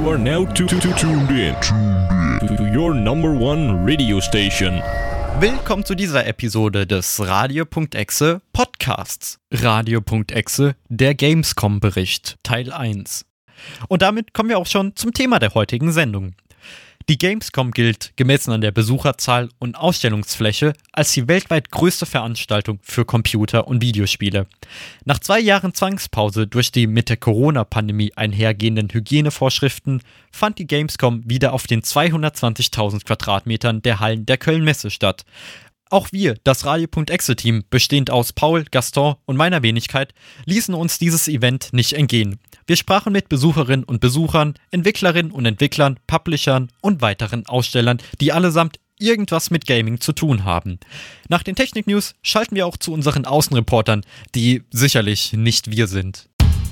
You are now tuned in to your number one radio station. Willkommen zu dieser Episode des Radio.exe Podcasts. Radio.exe, der Gamescom-Bericht, Teil 1. Und damit kommen wir auch schon zum Thema der heutigen Sendung. Die Gamescom gilt, gemessen an der Besucherzahl und Ausstellungsfläche, als die weltweit größte Veranstaltung für Computer- und Videospiele. Nach 2 Jahren Zwangspause durch die mit der Corona-Pandemie einhergehenden Hygienevorschriften fand die Gamescom wieder auf den 220.000 Quadratmetern der Hallen der Köln-Messe statt. Auch wir, das Radio.exe-Team, bestehend aus Paul, Gaston und meiner Wenigkeit, ließen uns dieses Event nicht entgehen. Wir sprachen mit Besucherinnen und Besuchern, Entwicklerinnen und Entwicklern, Publishern und weiteren Ausstellern, die allesamt irgendwas mit Gaming zu tun haben. Nach den Technik-News schalten wir auch zu unseren Außenreportern, die sicherlich nicht wir sind.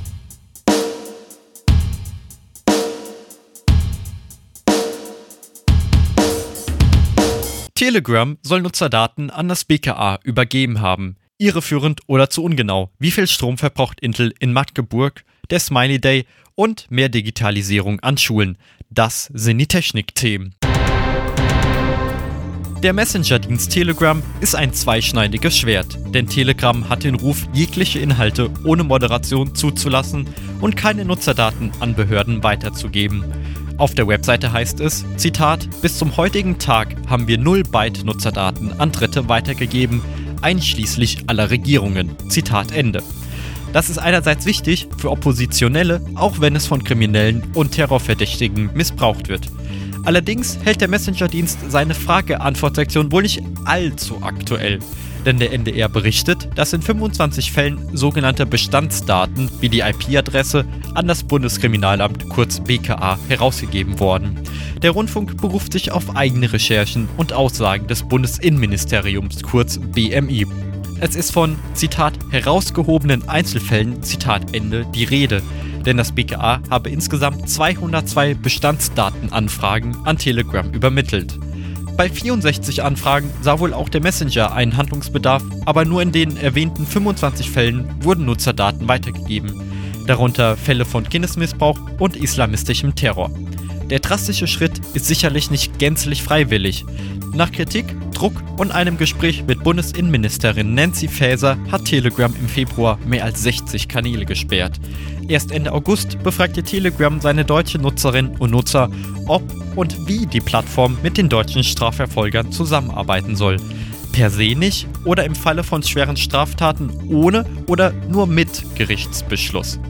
Telegram soll Nutzerdaten an das BKA übergeben haben. Irreführend oder zu ungenau. Wie viel Strom verbraucht Intel in Magdeburg? Der Smiley Day und mehr Digitalisierung an Schulen. Das sind die Technikthemen. Der Messenger-Dienst Telegram ist ein zweischneidiges Schwert, denn Telegram hat den Ruf, jegliche Inhalte ohne Moderation zuzulassen und keine Nutzerdaten an Behörden weiterzugeben. Auf der Webseite heißt es, Zitat, bis zum heutigen Tag haben wir 0 Byte Nutzerdaten an Dritte weitergegeben, einschließlich aller Regierungen. Zitat Ende. Das ist einerseits wichtig für Oppositionelle, auch wenn es von Kriminellen und Terrorverdächtigen missbraucht wird. Allerdings hält der Messenger-Dienst seine Frage-Antwort-Sektion wohl nicht allzu aktuell. Denn der NDR berichtet, dass in 25 Fällen sogenannte Bestandsdaten wie die IP-Adresse an das Bundeskriminalamt, kurz BKA, herausgegeben wurden. Der Rundfunk beruft sich auf eigene Recherchen und Aussagen des Bundesinnenministeriums, kurz BMI. Es ist von, Zitat, herausgehobenen Einzelfällen, Zitat Ende, die Rede. Denn das BKA habe insgesamt 202 Bestandsdatenanfragen an Telegram übermittelt. Bei 64 Anfragen sah wohl auch der Messenger einen Handlungsbedarf, aber nur in den erwähnten 25 Fällen wurden Nutzerdaten weitergegeben. Darunter Fälle von Kindesmissbrauch und islamistischem Terror. Der drastische Schritt ist sicherlich nicht gänzlich freiwillig. Nach Kritik, Druck und einem Gespräch mit Bundesinnenministerin Nancy Faeser hat Telegram im Februar mehr als 60 Kanäle gesperrt. Erst Ende August befragte Telegram seine deutschen Nutzerinnen und Nutzer, ob und wie die Plattform mit den deutschen Strafverfolgern zusammenarbeiten soll. Per se nicht oder im Falle von schweren Straftaten ohne oder nur mit Gerichtsbeschluss.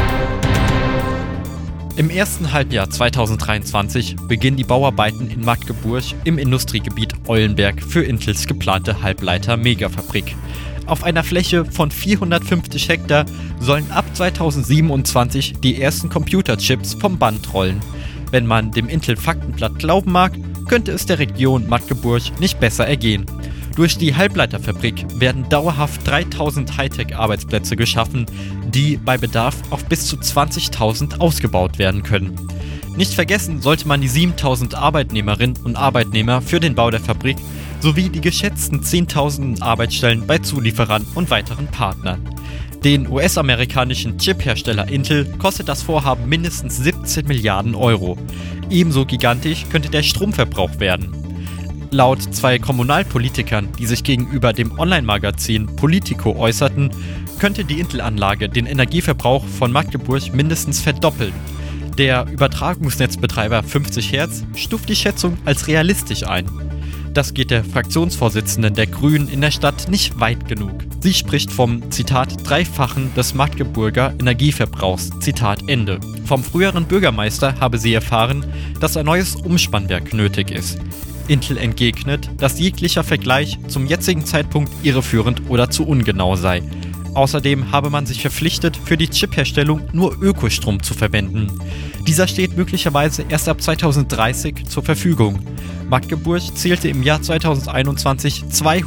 Im ersten Halbjahr 2023 beginnen die Bauarbeiten in Magdeburg im Industriegebiet Eulenberg für Intels geplante Halbleiter-Megafabrik. Auf einer Fläche von 450 Hektar sollen ab 2027 die ersten Computerchips vom Band rollen. Wenn man dem Intel-Faktenblatt glauben mag, könnte es der Region Magdeburg nicht besser ergehen. Durch die Halbleiterfabrik werden dauerhaft 3000 Hightech-Arbeitsplätze geschaffen, die bei Bedarf auf bis zu 20.000 ausgebaut werden können. Nicht vergessen sollte man die 7.000 Arbeitnehmerinnen und Arbeitnehmer für den Bau der Fabrik sowie die geschätzten 10.000 Arbeitsstellen bei Zulieferern und weiteren Partnern. Den US-amerikanischen Chip-Hersteller Intel kostet das Vorhaben mindestens 17 Milliarden Euro. Ebenso gigantisch könnte der Stromverbrauch werden. Laut 2 Kommunalpolitikern, die sich gegenüber dem Online-Magazin Politico äußerten, könnte die Intel-Anlage den Energieverbrauch von Magdeburg mindestens verdoppeln. Der Übertragungsnetzbetreiber 50 Hertz stuft die Schätzung als realistisch ein. Das geht der Fraktionsvorsitzenden der Grünen in der Stadt nicht weit genug. Sie spricht vom, Zitat, Dreifachen des Magdeburger Energieverbrauchs, Zitat Ende. Vom früheren Bürgermeister habe sie erfahren, dass ein neues Umspannwerk nötig ist. Intel entgegnet, dass jeglicher Vergleich zum jetzigen Zeitpunkt irreführend oder zu ungenau sei. Außerdem habe man sich verpflichtet, für die Chipherstellung nur Ökostrom zu verwenden. Dieser steht möglicherweise erst ab 2030 zur Verfügung. Magdeburg zählte im Jahr 2021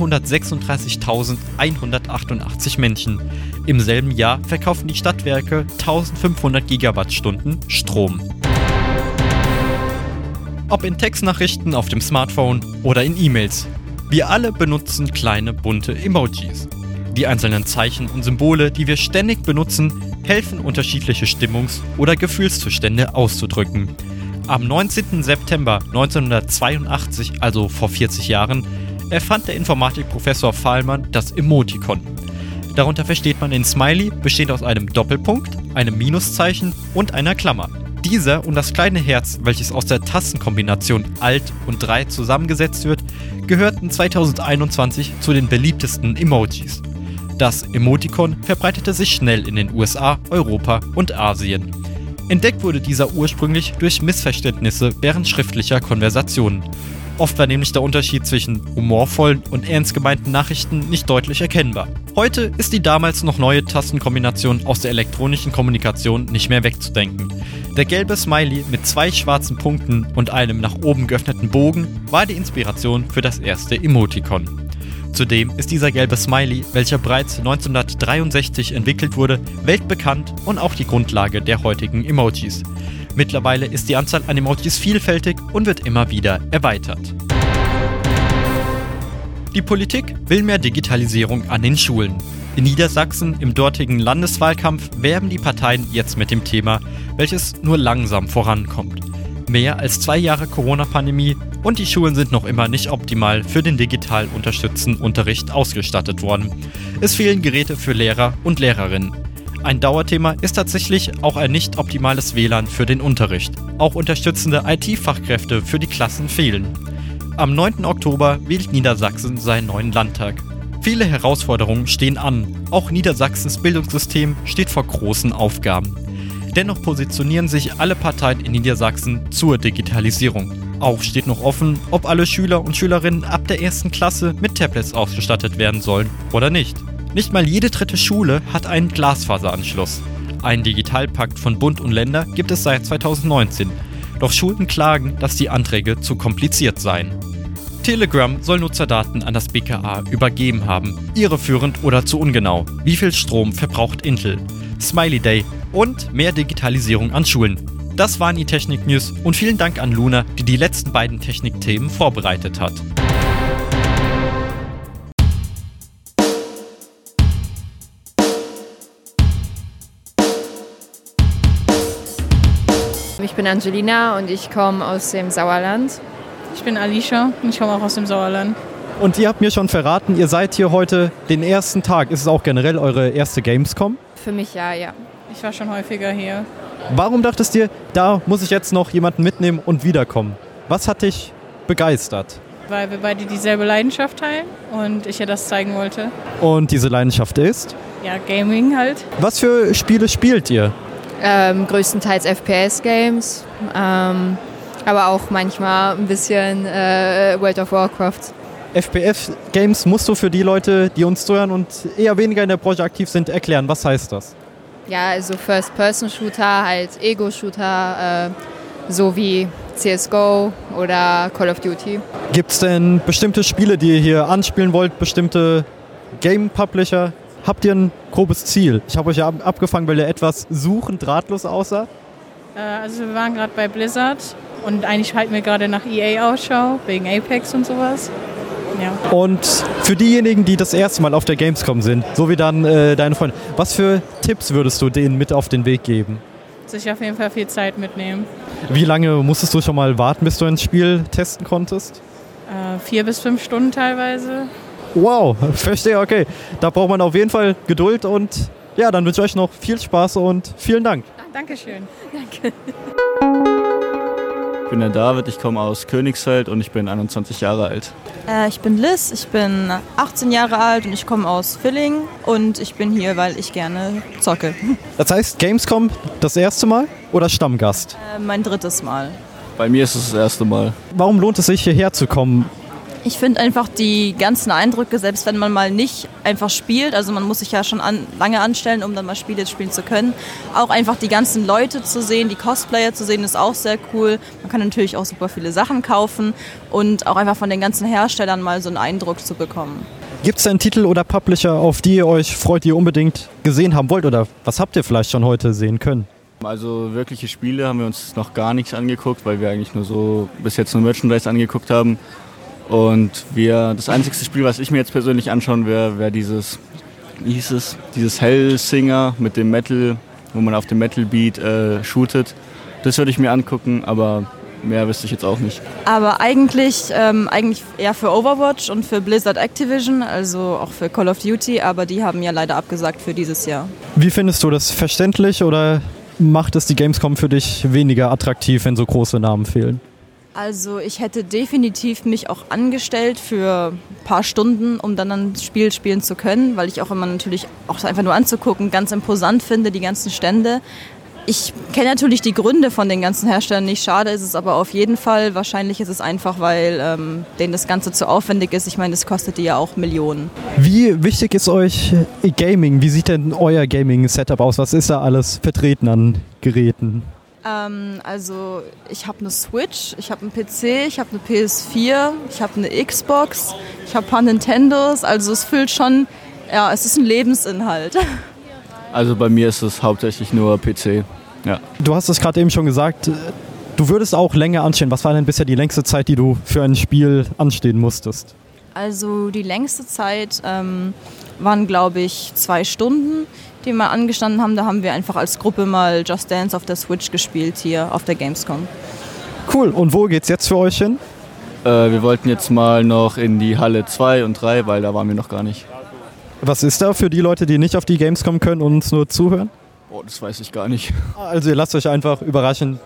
236.188 Menschen. Im selben Jahr verkauften die Stadtwerke 1500 Gigawattstunden Strom. Ob in Textnachrichten auf dem Smartphone oder in E-Mails. Wir alle benutzen kleine bunte Emojis. Die einzelnen Zeichen und Symbole, die wir ständig benutzen, helfen, unterschiedliche Stimmungs- oder Gefühlszustände auszudrücken. Am 19. September 1982, also vor 40 Jahren, erfand der Informatikprofessor Fahlmann das Emoticon. Darunter versteht man den Smiley, bestehend aus einem Doppelpunkt, einem Minuszeichen und einer Klammer. Dieser und das kleine Herz, welches aus der Tastenkombination Alt und 3 zusammengesetzt wird, gehörten 2021 zu den beliebtesten Emojis. Das Emoticon verbreitete sich schnell in den USA, Europa und Asien. Entdeckt wurde dieser ursprünglich durch Missverständnisse während schriftlicher Konversationen. Oft war nämlich der Unterschied zwischen humorvollen und ernst gemeinten Nachrichten nicht deutlich erkennbar. Heute ist die damals noch neue Tastenkombination aus der elektronischen Kommunikation nicht mehr wegzudenken. Der gelbe Smiley mit 2 schwarzen Punkten und einem nach oben geöffneten Bogen war die Inspiration für das erste Emoticon. Zudem ist dieser gelbe Smiley, welcher bereits 1963 entwickelt wurde, weltbekannt und auch die Grundlage der heutigen Emojis. Mittlerweile ist die Anzahl an Emojis vielfältig und wird immer wieder erweitert. Die Politik will mehr Digitalisierung an den Schulen. In Niedersachsen im dortigen Landeswahlkampf werben die Parteien jetzt mit dem Thema, welches nur langsam vorankommt. Mehr als 2 Jahre Corona-Pandemie und die Schulen sind noch immer nicht optimal für den digital unterstützten Unterricht ausgestattet worden. Es fehlen Geräte für Lehrer und Lehrerinnen. Ein Dauerthema ist tatsächlich auch ein nicht optimales WLAN für den Unterricht. Auch unterstützende IT-Fachkräfte für die Klassen fehlen. Am 9. Oktober wählt Niedersachsen seinen neuen Landtag. Viele Herausforderungen stehen an. Auch Niedersachsens Bildungssystem steht vor großen Aufgaben. Dennoch positionieren sich alle Parteien in Niedersachsen zur Digitalisierung. Auch steht noch offen, ob alle Schüler und Schülerinnen ab der 1. Klasse mit Tablets ausgestattet werden sollen oder nicht. Nicht mal jede 3. Schule hat einen Glasfaseranschluss. Einen Digitalpakt von Bund und Länder gibt es seit 2019. Doch Schulen klagen, dass die Anträge zu kompliziert seien. Telegram soll Nutzerdaten an das BKA übergeben haben. Irreführend oder zu ungenau. Wie viel Strom verbraucht Intel? Smiley Day und mehr Digitalisierung an Schulen. Das waren die Technik-News und vielen Dank an Luna, die die letzten beiden Technikthemen vorbereitet hat. Ich bin Angelina und ich komme aus dem Sauerland. Ich bin Alicia und ich komme auch aus dem Sauerland. Und ihr habt mir schon verraten, ihr seid hier heute den ersten Tag. Ist es auch generell eure erste Gamescom? Für mich ja. Ich war schon häufiger hier. Warum dachtest du, da muss ich jetzt noch jemanden mitnehmen und wiederkommen? Was hat dich begeistert? Weil wir beide dieselbe Leidenschaft teilen und ich ihr das zeigen wollte. Und diese Leidenschaft ist? Ja, Gaming halt. Was für Spiele spielt ihr? Größtenteils FPS-Games, aber auch manchmal ein bisschen World of Warcraft. FPS-Games musst du für die Leute, die uns zuhören und eher weniger in der Branche aktiv sind, erklären. Was heißt das? Ja, also First-Person-Shooter, halt Ego-Shooter, so wie CSGO oder Call of Duty. Gibt es denn bestimmte Spiele, die ihr hier anspielen wollt, bestimmte Game-Publisher? Habt ihr ein grobes Ziel? Ich habe euch ja abgefangen, weil ihr etwas suchend ratlos aussah. Also wir waren gerade bei Blizzard und eigentlich halten wir gerade nach EA Ausschau, wegen Apex und sowas. Ja. Und für diejenigen, die das erste Mal auf der Gamescom sind, so wie dann deine Freunde, was für Tipps würdest du denen mit auf den Weg geben? Sich auf jeden Fall viel Zeit mitnehmen. Wie lange musstest du schon mal warten, bis du ein Spiel testen konntest? 4 bis 5 Stunden teilweise. Wow, verstehe, okay. Da braucht man auf jeden Fall Geduld und ja, dann wünsche ich euch noch viel Spaß und vielen Dank. Dankeschön. Danke. Ich bin der David, ich komme aus Königsfeld und ich bin 21 Jahre alt. Ich bin Liz, ich bin 18 Jahre alt und ich komme aus Villingen und ich bin hier, weil ich gerne zocke. Das heißt, Gamescom das erste Mal oder Stammgast? Mein 3. Mal. Bei mir ist es das erste Mal. Warum lohnt es sich, hierher zu kommen? Ich finde einfach die ganzen Eindrücke, selbst wenn man mal nicht einfach spielt, also man muss sich ja schon lange anstellen, um dann mal Spiele spielen zu können. Auch einfach die ganzen Leute zu sehen, die Cosplayer zu sehen, ist auch sehr cool. Man kann natürlich auch super viele Sachen kaufen und auch einfach von den ganzen Herstellern mal so einen Eindruck zu bekommen. Gibt es einen Titel oder Publisher, auf die ihr euch freut, die ihr unbedingt gesehen haben wollt? Oder was habt ihr vielleicht schon heute sehen können? Also wirkliche Spiele haben wir uns noch gar nichts angeguckt, weil wir eigentlich nur so bis jetzt nur Merchandise angeguckt haben. Und das einzigste Spiel, was ich mir jetzt persönlich anschauen wäre dieses wie hieß es, dieses Hellsinger mit dem Metal, wo man auf dem Metal-Beat shootet. Das würde ich mir angucken, aber mehr wüsste ich jetzt auch nicht. Aber eigentlich eher für Overwatch und für Blizzard Activision, also auch für Call of Duty, aber die haben ja leider abgesagt für dieses Jahr. Wie findest du das? Verständlich oder macht es die Gamescom für dich weniger attraktiv, wenn so große Namen fehlen? Also ich hätte definitiv mich auch angestellt für ein paar Stunden, um dann ein Spiel spielen zu können, weil ich auch immer natürlich auch einfach nur anzugucken ganz imposant finde, die ganzen Stände. Ich kenne natürlich die Gründe von den ganzen Herstellern nicht. Schade ist es aber auf jeden Fall. Wahrscheinlich ist es einfach, weil denen das Ganze zu aufwendig ist. Ich meine, das kostet die ja auch Millionen. Wie wichtig ist euch Gaming? Wie sieht denn euer Gaming-Setup aus? Was ist da alles vertreten an Geräten? Also ich habe eine Switch, ich habe einen PC, ich habe eine PS4, ich habe eine Xbox, ich habe ein paar Nintendos. Also es füllt schon, ja, es ist ein Lebensinhalt. Also bei mir ist es hauptsächlich nur PC. Ja. Du hast es gerade eben schon gesagt, du würdest auch länger anstehen. Was war denn bisher die längste Zeit, die du für ein Spiel anstehen musstest? Also die längste Zeit waren, glaube ich, 2 Stunden, die wir angestanden haben. Da haben wir einfach als Gruppe mal Just Dance auf der Switch gespielt hier auf der Gamescom. Cool. Und wo geht's jetzt für euch hin? Wir wollten jetzt mal noch in die Halle 2 und 3, weil da waren wir noch gar nicht. Was ist da für die Leute, die nicht auf die Gamescom können und uns nur zuhören? Oh, das weiß ich gar nicht. Also ihr lasst euch einfach überraschen.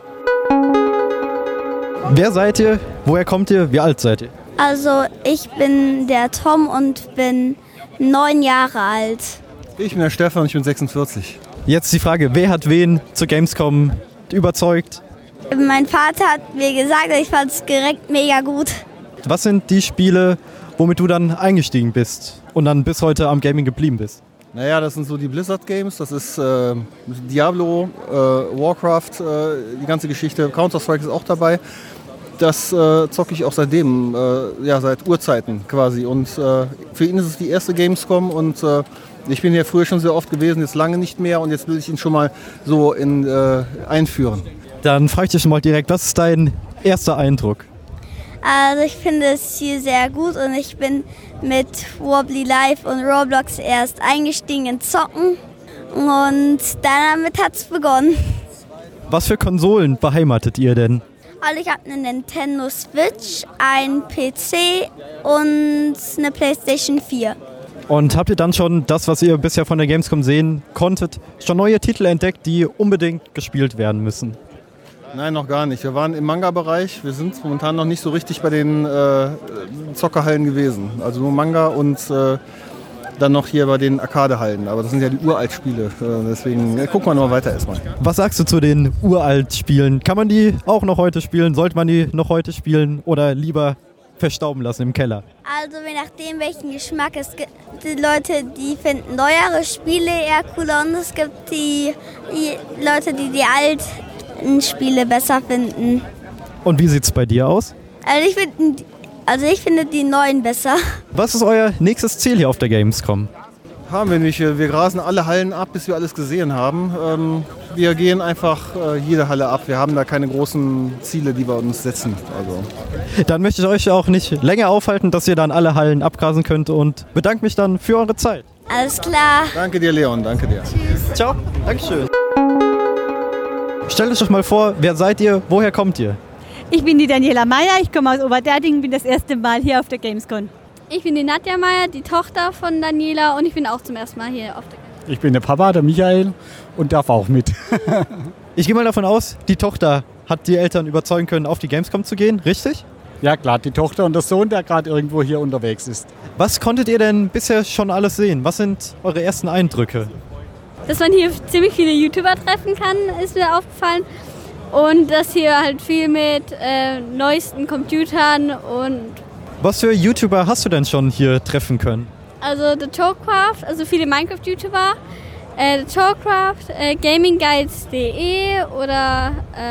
Wer seid ihr? Woher kommt ihr? Wie alt seid ihr? Also ich bin der Tom und bin 9 Jahre alt. Ich bin der Stefan und ich bin 46. Jetzt die Frage, wer hat wen zur Gamescom überzeugt? Mein Vater hat mir gesagt, ich fand es direkt mega gut. Was sind die Spiele, womit du dann eingestiegen bist und dann bis heute am Gaming geblieben bist? Naja, das sind so die Blizzard Games, das ist Diablo, Warcraft, die ganze Geschichte, Counter-Strike ist auch dabei. Das zocke ich auch seitdem, seit Urzeiten quasi. Und für ihn ist es die erste Gamescom und ich bin hier früher schon sehr oft gewesen, jetzt lange nicht mehr und jetzt will ich ihn schon mal so einführen. Dann frage ich dich mal direkt, was ist dein erster Eindruck? Also ich finde es hier sehr gut und ich bin mit Wobbly Life und Roblox erst eingestiegen in Zocken und damit hat es begonnen. Was für Konsolen beheimatet ihr denn? Also ich habe eine Nintendo Switch, einen PC und eine PlayStation 4. Und habt ihr dann schon das, was ihr bisher von der Gamescom sehen konntet, schon neue Titel entdeckt, die unbedingt gespielt werden müssen? Nein, noch gar nicht. Wir waren im Manga-Bereich. Wir sind momentan noch nicht so richtig bei den Zockerhallen gewesen. Also nur Manga und dann noch hier bei den Arcade-Hallen. Aber das sind ja die Uralt-Spiele. Deswegen gucken wir noch mal weiter erstmal. Was sagst du zu den Uralt-Spielen? Kann man die auch noch heute spielen? Sollte man die noch heute spielen oder lieber verstauben lassen im Keller? Also je nachdem, welchen Geschmack es gibt. Die Leute, die finden neuere Spiele eher cooler und es gibt die Leute, die alten Spiele besser finden. Und wie sieht's bei dir aus? Also ich finde die neuen besser. Was ist euer nächstes Ziel hier auf der Gamescom? Haben wir nicht. Wir grasen alle Hallen ab, bis wir alles gesehen haben. Wir gehen einfach jede Halle ab. Wir haben da keine großen Ziele, die wir uns setzen. Also. Dann möchte ich euch auch nicht länger aufhalten, dass ihr dann alle Hallen abgrasen könnt und bedanke mich dann für eure Zeit. Alles klar. Danke dir, Leon. Danke dir. Tschüss. Ciao. Dankeschön. Stellt euch doch mal vor, wer seid ihr? Woher kommt ihr? Ich bin die Daniela Meyer, ich komme aus Oberderdingen, bin das erste Mal hier auf der Gamescom. Ich bin die Nadja Meyer, die Tochter von Daniela und ich bin auch zum ersten Mal hier auf der Gamescom. Ich bin der Papa, der Michael und darf auch mit. Ich gehe mal davon aus, die Tochter hat die Eltern überzeugen können, auf die Gamescom zu gehen, richtig? Ja klar, die Tochter und der Sohn, der gerade irgendwo hier unterwegs ist. Was konntet ihr denn bisher schon alles sehen? Was sind eure ersten Eindrücke? Dass man hier ziemlich viele YouTuber treffen kann, ist mir aufgefallen. Und dass hier halt viel mit neuesten Computern und... Was für YouTuber hast du denn schon hier treffen können? Also The Talkcraft, also viele Minecraft-YouTuber, The Talkcraft, GamingGuides.de oder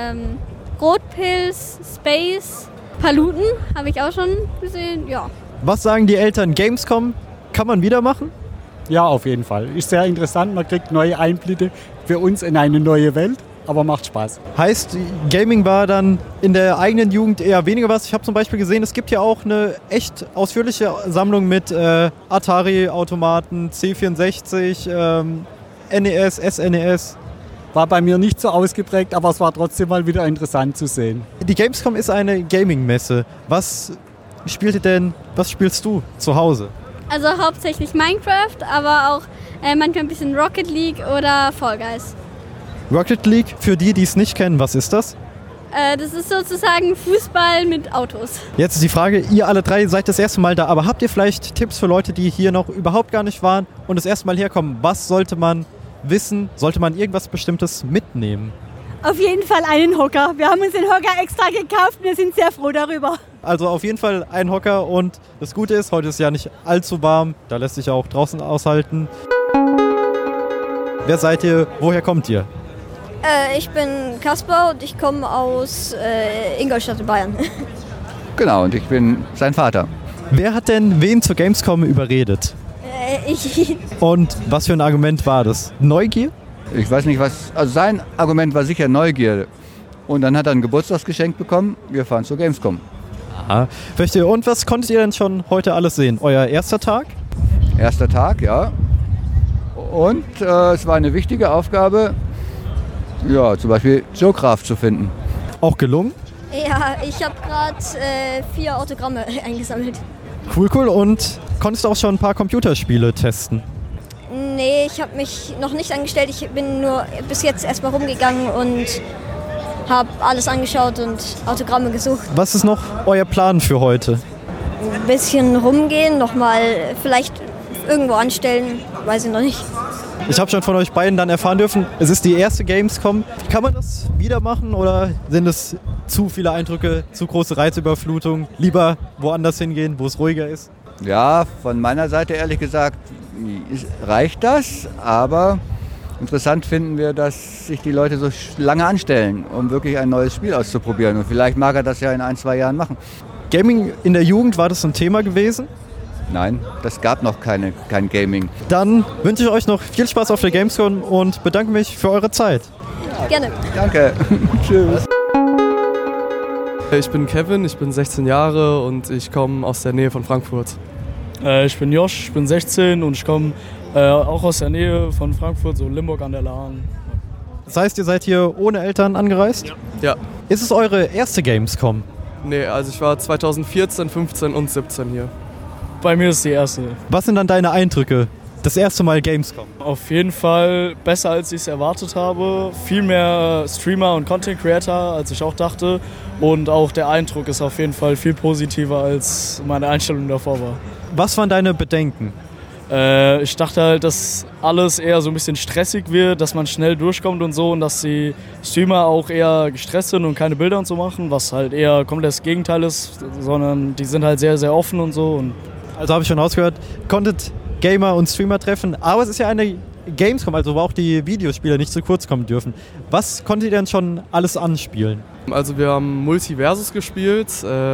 Rotpilz, Space, Paluten habe ich auch schon gesehen, ja. Was sagen die Eltern? Gamescom kann man wieder machen? Ja, auf jeden Fall. Ist sehr interessant, man kriegt neue Einblicke für uns in eine neue Welt. aber macht Spaß. Heißt, Gaming war dann in der eigenen Jugend eher weniger was. Ich habe zum Beispiel gesehen, es gibt ja auch eine echt ausführliche Sammlung mit Atari-Automaten, C64, NES, SNES. War bei mir nicht so ausgeprägt, aber es war trotzdem mal wieder interessant zu sehen. Die Gamescom ist eine Gaming-Messe. Was spielst du zu Hause? Also hauptsächlich Minecraft, aber auch manchmal ein bisschen Rocket League oder Fall Guys. Rocket League, für die es nicht kennen, was ist das? Das ist sozusagen Fußball mit Autos. Jetzt ist die Frage, ihr alle drei seid das erste Mal da, aber habt ihr vielleicht Tipps für Leute, die hier noch überhaupt gar nicht waren und das erste Mal herkommen? Was sollte man wissen? Sollte man irgendwas Bestimmtes mitnehmen? Auf jeden Fall einen Hocker. Wir haben uns den Hocker extra gekauft und wir sind sehr froh darüber. Also auf jeden Fall ein Hocker und das Gute ist, heute ist ja nicht allzu warm, da lässt sich ja auch draußen aushalten. Wer seid ihr? Woher kommt ihr? Ich bin Kasper und ich komme aus Ingolstadt in Bayern. Genau, und ich bin sein Vater. Wer hat denn wen zur Gamescom überredet? Ich. Und was für ein Argument war das? Neugier? Ich weiß nicht was, also sein Argument war sicher Neugierde. Und dann hat er ein Geburtstagsgeschenk bekommen, wir fahren zur Gamescom. Aha. Verstehe. Und was konntet ihr denn schon heute alles sehen? Euer erster Tag? Erster Tag, ja. Und es war eine wichtige Aufgabe, ja, zum Beispiel Joe-Kraft zu finden. Auch gelungen? Ja, ich habe gerade 4 Autogramme eingesammelt. Cool. Und konntest du auch schon ein paar Computerspiele testen? Nee, ich habe mich noch nicht angestellt. Ich bin nur bis jetzt erstmal rumgegangen und habe alles angeschaut und Autogramme gesucht. Was ist noch euer Plan für heute? Ein bisschen rumgehen, nochmal vielleicht irgendwo anstellen, weiß ich noch nicht. Ich habe schon von euch beiden dann erfahren dürfen, es ist die erste Gamescom. Kann man das wieder machen oder sind es zu viele Eindrücke, zu große Reizüberflutung? Lieber woanders hingehen, wo es ruhiger ist? Ja, von meiner Seite ehrlich gesagt reicht das, aber interessant finden wir, dass sich die Leute so lange anstellen, um wirklich ein neues Spiel auszuprobieren. Und vielleicht mag er das ja in 1-2 Jahren machen. Gaming in der Jugend, war das ein Thema gewesen? Nein, das gab noch kein Gaming. Dann wünsche ich euch noch viel Spaß auf der Gamescom und bedanke mich für eure Zeit. Gerne. Danke. Tschüss. Ich bin Kevin, ich bin 16 Jahre und ich komme aus der Nähe von Frankfurt. Ich bin Josh, ich bin 16 und ich komme auch aus der Nähe von Frankfurt, so Limburg an der Lahn. Das heißt, ihr seid hier ohne Eltern angereist? Ja. Ist es eure erste Gamescom? Nee, also ich war 2014, 15 und 17 hier. Bei mir ist die erste. Was sind dann deine Eindrücke? Das erste Mal Gamescom? Auf jeden Fall besser, als ich es erwartet habe. Viel mehr Streamer und Content Creator, als ich auch dachte. Und auch der Eindruck ist auf jeden Fall viel positiver, als meine Einstellung davor war. Was waren deine Bedenken? Ich dachte halt, dass alles eher so ein bisschen stressig wird, dass man schnell durchkommt und so und dass die Streamer auch eher gestresst sind und keine Bilder und so machen, was halt eher komplett das Gegenteil ist, sondern die sind halt sehr, sehr offen und so. Und also habe ich schon rausgehört, konntet Gamer und Streamer treffen, aber es ist ja eine Gamescom, also wo auch die Videospieler nicht zu kurz kommen dürfen. Was konntet ihr denn schon alles anspielen? Also wir haben Multiversus gespielt,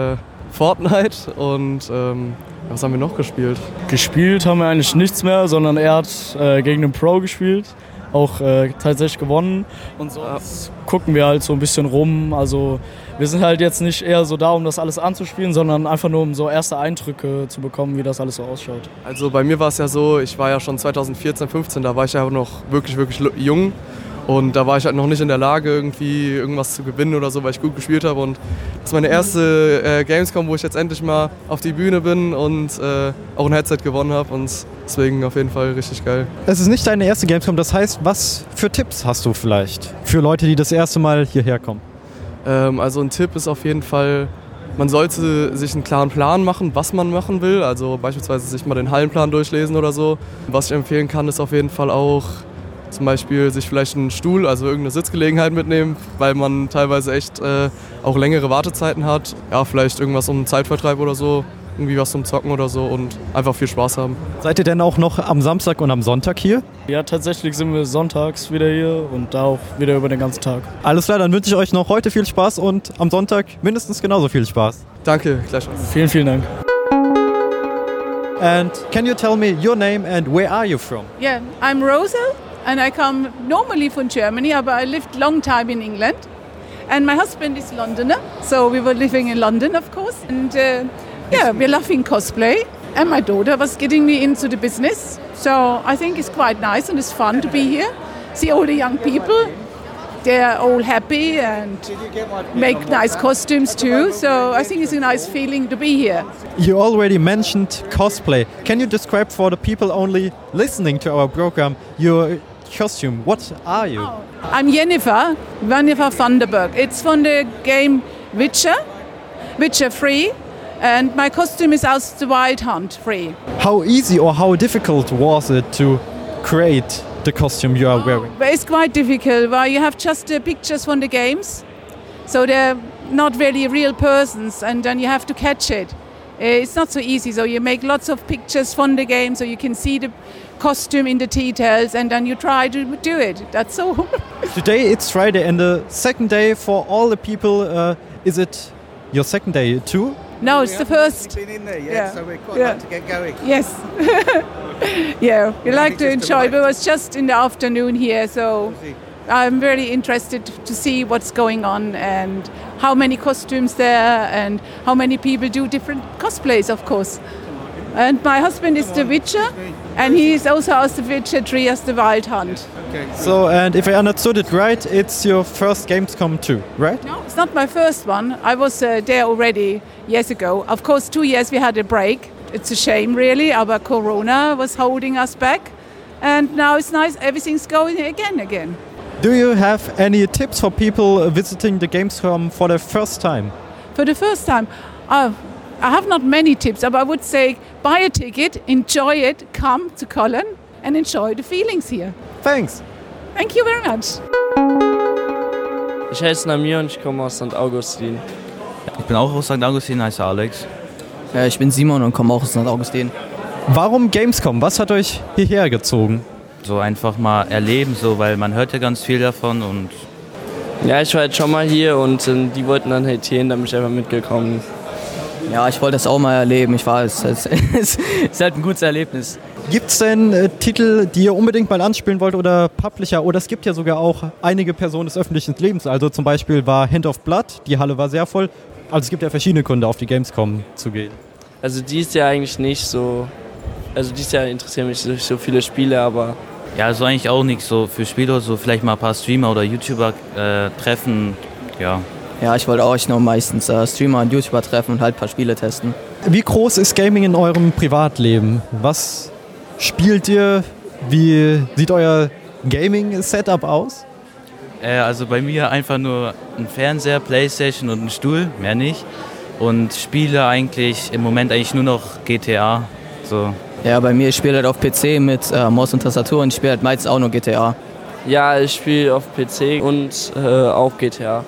Fortnite und was haben wir noch gespielt? Gespielt haben wir eigentlich nichts mehr, sondern er hat gegen einen Pro gespielt, auch tatsächlich gewonnen und sonst gucken wir halt so ein bisschen rum. Also wir sind halt jetzt nicht eher so da, um das alles anzuspielen, sondern einfach nur um so erste Eindrücke zu bekommen, wie das alles so ausschaut. Also bei mir war es ja so, ich war ja schon 2014, 15, da war ich ja noch wirklich jung. Und da war ich halt noch nicht in der Lage, irgendwie irgendwas zu gewinnen oder so, weil ich gut gespielt habe. Und das ist meine erste Gamescom, wo ich jetzt endlich mal auf die Bühne bin und auch ein Headset gewonnen habe. Und deswegen auf jeden Fall richtig geil. Es ist nicht deine erste Gamescom, das heißt, was für Tipps hast du vielleicht für Leute, die das erste Mal hierher kommen? Also ein Tipp ist auf jeden Fall, man sollte sich einen klaren Plan machen, was man machen will. Also beispielsweise sich mal den Hallenplan durchlesen oder so. Was ich empfehlen kann, ist auf jeden Fall auch zum Beispiel sich vielleicht einen Stuhl, also irgendeine Sitzgelegenheit mitnehmen, weil man teilweise echt auch längere Wartezeiten hat. Ja, vielleicht irgendwas um Zeitvertreib oder so, irgendwie was zum Zocken oder so und einfach viel Spaß haben. Seid ihr denn auch noch am Samstag und am Sonntag hier? Ja, tatsächlich sind wir sonntags wieder hier und da auch wieder über den ganzen Tag. Alles klar, dann wünsche ich euch noch heute viel Spaß und am Sonntag mindestens genauso viel Spaß. Danke, gleichfalls. Vielen, vielen Dank. And can you tell me your name and where are you from? Yeah, I'm Rosa. and I come normally from Germany, but I lived long time in England. And my husband is Londoner, so we were living in London, of course. And we're loving cosplay. And my daughter was getting me into the business. So I think it's quite nice and it's fun to be here. See all the young people. They're all happy and make nice costumes too. So I think it's a nice feeling to be here. You already mentioned cosplay. Can you describe for the people only listening to our program your costume? What are you? Oh, I'm Yennefer Vanderberg. It's from the game Witcher 3. And my costume is Aus the Wild Hunt 3. How easy or how difficult was it to create the costume you are wearing? But it's quite difficult. Well, you have just the pictures from the games. So they're not really real persons and then you have to catch it. It's not so easy. So you make lots of pictures from the game so you can see the costume in the details and then you try to do it. That's all. Today it's Friday and the second day for all the people. Is it your second day too? No, it's the first. Been in there yet, so we're quite like to get going. Yes. Yeah, we like to enjoy, but it was just in the afternoon here, so I'm very interested to see what's going on and how many costumes there and how many people do different cosplays, of course. And my husband is the Witcher, and he is also as the Witcher 3 as the Wild Hunt. Okay. So, and if I understood it right, it's your first Gamescom too, right? No, it's not my first one. I was there already years ago. Of course, 2 years we had a break. It's a shame, really. Our Corona was holding us back. And now it's nice. Everything's going again. Do you have any tips for people visiting the Gamescom for the first time? For the first time? I have not many tips, but I would say buy a ticket, enjoy it, come to Cologne and enjoy the feelings here. Thanks. Thank you very much. Ich heiße Namir und ich komme aus St. Augustin. Ich bin auch aus St. Augustin, heiße Alex. Ich bin Simon und komme auch aus St. Augustin. Warum Gamescom? Was hat euch hierher gezogen? So einfach mal erleben, so, weil man hört ja ganz viel davon und... Ja, ich war halt schon mal hier und die wollten dann halt hier hin, da bin ich einfach mitgekommen. Ja, ich wollte das auch mal erleben. Es ist halt ein gutes Erlebnis. Gibt es denn Titel, die ihr unbedingt mal anspielen wollt oder Publisher? Oder es gibt ja sogar auch einige Personen des öffentlichen Lebens. Also zum Beispiel war Hand of Blood, die Halle war sehr voll. Also es gibt ja verschiedene Gründe, auf die Gamescom zu gehen. Also die ist ja eigentlich nicht so... Also dieses Jahr interessieren mich so viele Spiele, aber... Ja, so eigentlich auch nichts so für Spiele, so vielleicht mal ein paar Streamer oder YouTuber treffen, ja. Ja, ich wollte auch noch meistens Streamer und YouTuber treffen und halt ein paar Spiele testen. Wie groß ist Gaming in eurem Privatleben? Was spielt ihr? Wie sieht euer Gaming-Setup aus? Also bei mir einfach nur ein Fernseher, Playstation und ein Stuhl, mehr nicht. Und spiele eigentlich im Moment eigentlich nur noch GTA. So. Ja, bei mir, ich spiele halt auf PC mit Maus und Tastatur und ich spiele halt meistens auch nur GTA. Ja, ich spiele auf PC und auch GTA.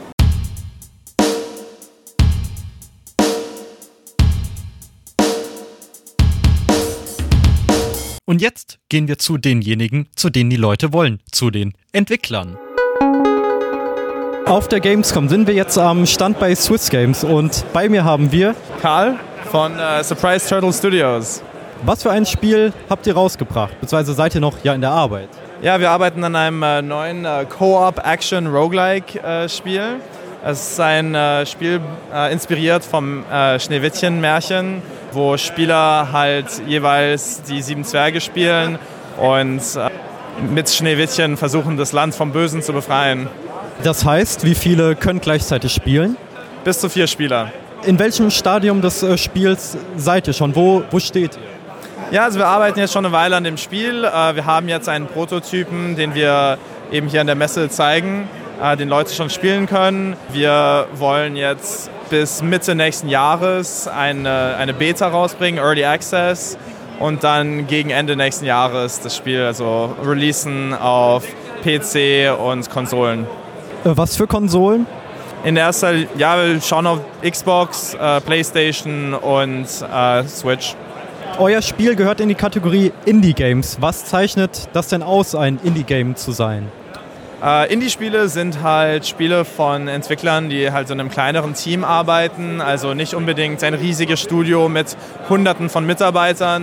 Und jetzt gehen wir zu denjenigen, zu denen die Leute wollen, zu den Entwicklern. Auf der Gamescom sind wir jetzt am Stand bei Swiss Games und bei mir haben wir Karl von Surprise Turtle Studios. Was für ein Spiel habt ihr rausgebracht? Beziehungsweise seid ihr noch in der Arbeit? Ja, wir arbeiten an einem neuen Co-op-Action-Roguelike-Spiel. Es ist ein Spiel inspiriert vom Schneewittchen-Märchen, wo Spieler halt jeweils die 7 Zwerge spielen und mit Schneewittchen versuchen, das Land vom Bösen zu befreien. Das heißt, wie viele können gleichzeitig spielen? Bis zu 4 Spieler. In welchem Stadium des Spiels seid ihr schon? Wo steht ihr? Ja, also wir arbeiten jetzt schon eine Weile an dem Spiel. Wir haben jetzt einen Prototypen, den wir eben hier an der Messe zeigen, den Leute schon spielen können. Wir wollen jetzt bis Mitte nächsten Jahres eine Beta rausbringen, Early Access, und dann gegen Ende nächsten Jahres das Spiel also releasen auf PC und Konsolen. Was für Konsolen? In erster Linie, ja, wir schauen auf Xbox, PlayStation und Switch. Euer Spiel gehört in die Kategorie Indie-Games. Was zeichnet das denn aus, ein Indie-Game zu sein? Indie-Spiele sind halt Spiele von Entwicklern, die halt so in einem kleineren Team arbeiten. Also nicht unbedingt ein riesiges Studio mit Hunderten von Mitarbeitern,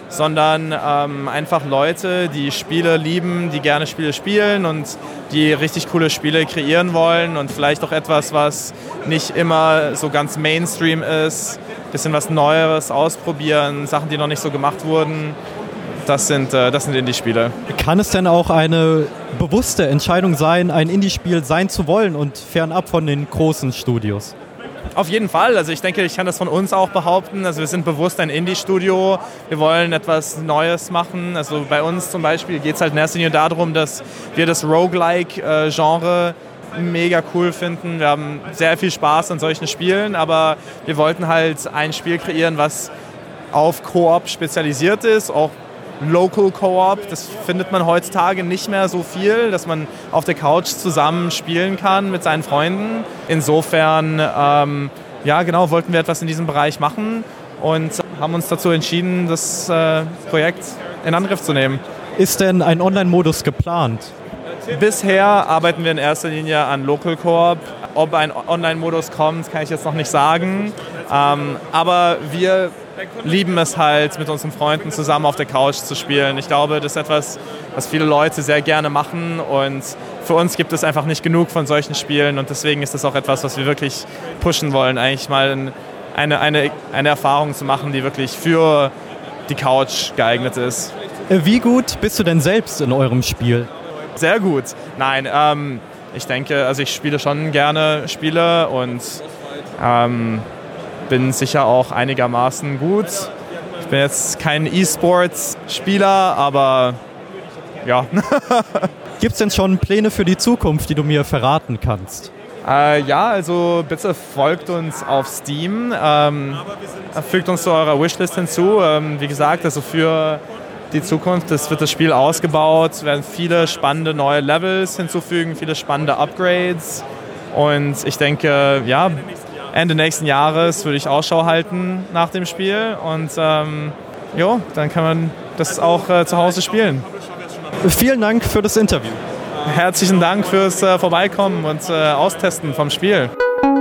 sondern einfach Leute, die Spiele lieben, die gerne Spiele spielen und die richtig coole Spiele kreieren wollen und vielleicht auch etwas, was nicht immer so ganz Mainstream ist, ein bisschen was Neues ausprobieren, Sachen, die noch nicht so gemacht wurden. Das sind Indie-Spiele. Kann es denn auch eine bewusste Entscheidung sein, ein Indie-Spiel sein zu wollen und fernab von den großen Studios? Auf jeden Fall. Also ich denke, ich kann das von uns auch behaupten. Also wir sind bewusst ein Indie-Studio. Wir wollen etwas Neues machen. Also bei uns zum Beispiel geht es halt in erster Linie darum, dass wir das Roguelike-Genre mega cool finden. Wir haben sehr viel Spaß an solchen Spielen, aber wir wollten halt ein Spiel kreieren, was auf Koop spezialisiert ist, auch Local Co-op, das findet man heutzutage nicht mehr so viel, dass man auf der Couch zusammen spielen kann mit seinen Freunden. Insofern, wollten wir etwas in diesem Bereich machen und haben uns dazu entschieden, das Projekt in Angriff zu nehmen. Ist denn ein Online-Modus geplant? Bisher arbeiten wir in erster Linie an Local Co-op. Ob ein Online-Modus kommt, kann ich jetzt noch nicht sagen. Aber wir lieben es halt, mit unseren Freunden zusammen auf der Couch zu spielen. Ich glaube, das ist etwas, was viele Leute sehr gerne machen und für uns gibt es einfach nicht genug von solchen Spielen und deswegen ist das auch etwas, was wir wirklich pushen wollen, eigentlich mal eine Erfahrung zu machen, die wirklich für die Couch geeignet ist. Wie gut bist du denn selbst in eurem Spiel? Sehr gut. Nein, ich denke, also ich spiele schon gerne Spiele und bin sicher auch einigermaßen gut. Ich bin jetzt kein E-Sports-Spieler, aber ja. Gibt es denn schon Pläne für die Zukunft, die du mir verraten kannst? Also bitte folgt uns auf Steam, fügt uns zu eurer Wishlist hinzu. Wie gesagt, also für die Zukunft wird das Spiel ausgebaut, werden viele spannende neue Levels hinzufügen, viele spannende Upgrades und ich denke, Ende nächsten Jahres würde ich Ausschau halten nach dem Spiel und dann kann man das auch zu Hause spielen. Vielen Dank für das Interview. Herzlichen Dank fürs Vorbeikommen und Austesten vom Spiel.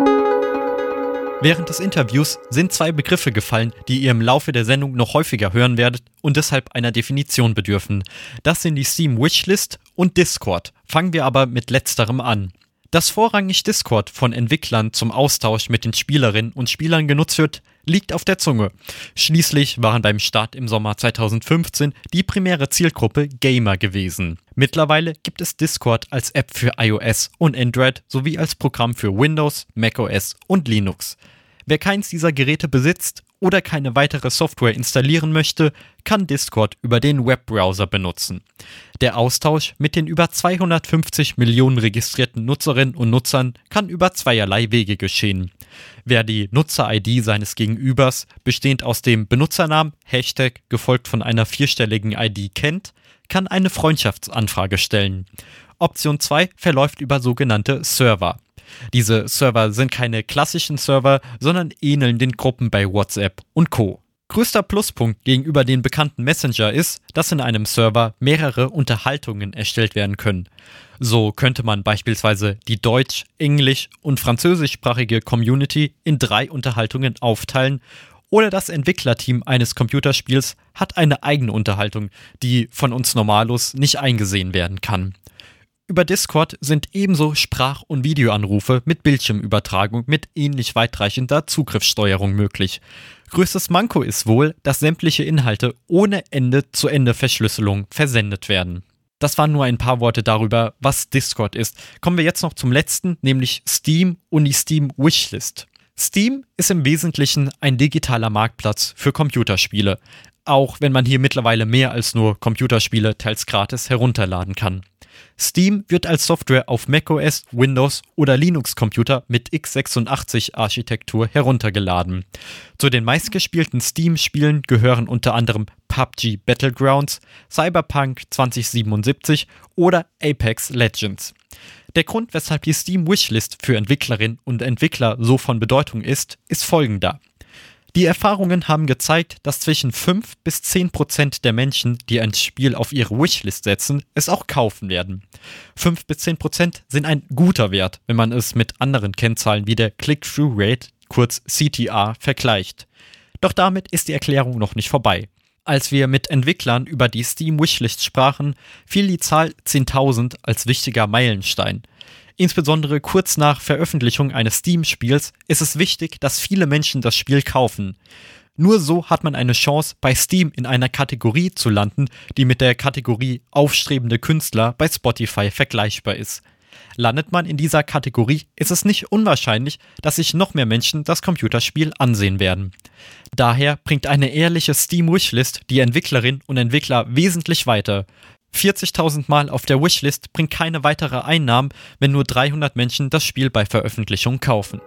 Während des Interviews sind 2 Begriffe gefallen, die ihr im Laufe der Sendung noch häufiger hören werdet und deshalb einer Definition bedürfen. Das sind die Steam Wishlist und Discord. Fangen wir aber mit letzterem an. Dass vorrangig Discord von Entwicklern zum Austausch mit den Spielerinnen und Spielern genutzt wird, liegt auf der Zunge. Schließlich waren beim Start im Sommer 2015 die primäre Zielgruppe Gamer gewesen. Mittlerweile gibt es Discord als App für iOS und Android sowie als Programm für Windows, macOS und Linux. Wer keins dieser Geräte besitzt oder keine weitere Software installieren möchte, kann Discord über den Webbrowser benutzen. Der Austausch mit den über 250 Millionen registrierten Nutzerinnen und Nutzern kann über zweierlei Wege geschehen. Wer die Nutzer-ID seines Gegenübers, bestehend aus dem Benutzernamen, Hashtag, gefolgt von einer 4-stelligen ID kennt, kann eine Freundschaftsanfrage stellen. Option 2 verläuft über sogenannte Server. Diese Server sind keine klassischen Server, sondern ähneln den Gruppen bei WhatsApp und Co. Größter Pluspunkt gegenüber den bekannten Messenger ist, dass in einem Server mehrere Unterhaltungen erstellt werden können. So könnte man beispielsweise die deutsch-, englisch- und französischsprachige Community in 3 Unterhaltungen aufteilen oder das Entwicklerteam eines Computerspiels hat eine eigene Unterhaltung, die von uns Normalos nicht eingesehen werden kann. Über Discord sind ebenso Sprach- und Videoanrufe mit Bildschirmübertragung mit ähnlich weitreichender Zugriffssteuerung möglich. Größtes Manko ist wohl, dass sämtliche Inhalte ohne Ende-zu-Ende-Verschlüsselung versendet werden. Das waren nur ein paar Worte darüber, was Discord ist. Kommen wir jetzt noch zum letzten, nämlich Steam und die Steam Wishlist. Steam ist im Wesentlichen ein digitaler Marktplatz für Computerspiele, auch wenn man hier mittlerweile mehr als nur Computerspiele teils gratis herunterladen kann. Steam wird als Software auf macOS, Windows oder Linux-Computer mit x86-Architektur heruntergeladen. Zu den meistgespielten Steam-Spielen gehören unter anderem PUBG Battlegrounds, Cyberpunk 2077 oder Apex Legends. Der Grund, weshalb die Steam Wishlist für Entwicklerinnen und Entwickler so von Bedeutung ist folgender. Die Erfahrungen haben gezeigt, dass zwischen 5-10% der Menschen, die ein Spiel auf ihre Wishlist setzen, es auch kaufen werden. 5-10% sind ein guter Wert, wenn man es mit anderen Kennzahlen wie der Click-Through-Rate, kurz CTR, vergleicht. Doch damit ist die Erklärung noch nicht vorbei. Als wir mit Entwicklern über die Steam-Wishlist sprachen, fiel die Zahl 10.000 als wichtiger Meilenstein. Insbesondere kurz nach Veröffentlichung eines Steam-Spiels ist es wichtig, dass viele Menschen das Spiel kaufen. Nur so hat man eine Chance, bei Steam in einer Kategorie zu landen, die mit der Kategorie aufstrebende Künstler bei Spotify vergleichbar ist. Landet man in dieser Kategorie, ist es nicht unwahrscheinlich, dass sich noch mehr Menschen das Computerspiel ansehen werden. Daher bringt eine ehrliche Steam-Wishlist die Entwicklerinnen und Entwickler wesentlich weiter. 40.000 Mal auf der Wishlist bringt keine weitere Einnahmen, wenn nur 300 Menschen das Spiel bei Veröffentlichung kaufen.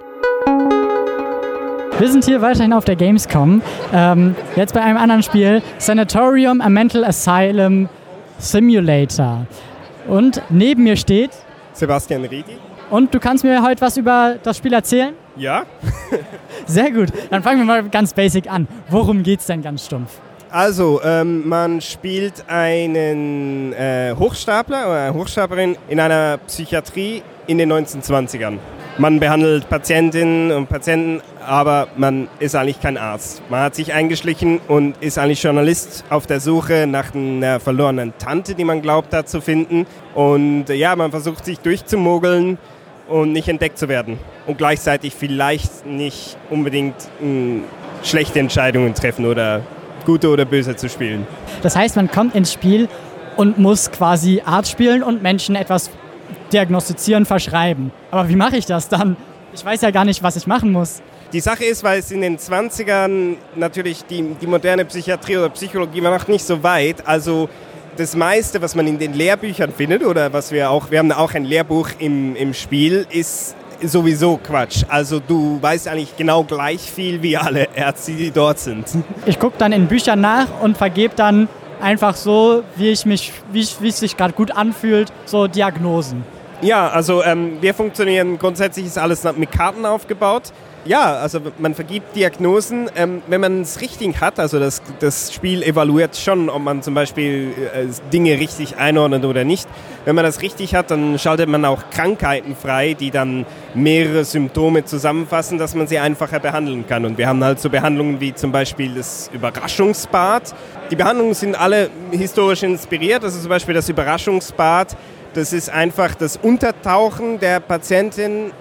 Wir sind hier weiterhin auf der Gamescom, jetzt bei einem anderen Spiel, Sanatorium, a Mental Asylum Simulator. Und neben mir steht Sebastian Riedi. Und du kannst mir heute was über das Spiel erzählen? Ja. Sehr gut, dann fangen wir mal ganz basic an. Worum geht's denn ganz stumpf? Also, man spielt einen Hochstapler oder eine Hochstaplerin in einer Psychiatrie in den 1920ern. Man behandelt Patientinnen und Patienten, aber man ist eigentlich kein Arzt. Man hat sich eingeschlichen und ist eigentlich Journalist auf der Suche nach einer verlorenen Tante, die man glaubt hat zu finden. Und ja, man versucht sich durchzumogeln und nicht entdeckt zu werden. Und gleichzeitig vielleicht nicht unbedingt schlechte Entscheidungen treffen oder gute oder böse zu spielen. Das heißt, man kommt ins Spiel und muss quasi Arzt spielen und Menschen etwas diagnostizieren, verschreiben. Aber wie mache ich das dann? Ich weiß ja gar nicht, was ich machen muss. Die Sache ist, weil es in den 20ern natürlich die moderne Psychiatrie oder Psychologie war noch nicht so weit. Also das meiste, was man in den Lehrbüchern findet oder was wir haben auch ein Lehrbuch im Spiel, ist sowieso Quatsch. Also du weißt eigentlich genau gleich viel wie alle Ärzte, die dort sind. Ich gucke dann in Büchern nach und vergebe dann einfach so, wie es sich gerade gut anfühlt, so Diagnosen. Ja, also wir funktionieren, grundsätzlich ist alles mit Karten aufgebaut. Ja, also man vergibt Diagnosen, wenn man es richtig hat, also das Spiel evaluiert schon, ob man zum Beispiel Dinge richtig einordnet oder nicht. Wenn man das richtig hat, dann schaltet man auch Krankheiten frei, die dann mehrere Symptome zusammenfassen, dass man sie einfacher behandeln kann. Und wir haben halt so Behandlungen wie zum Beispiel das Überraschungsbad. Die Behandlungen sind alle historisch inspiriert, also zum Beispiel das Überraschungsbad. Das ist einfach das Untertauchen der Patientin,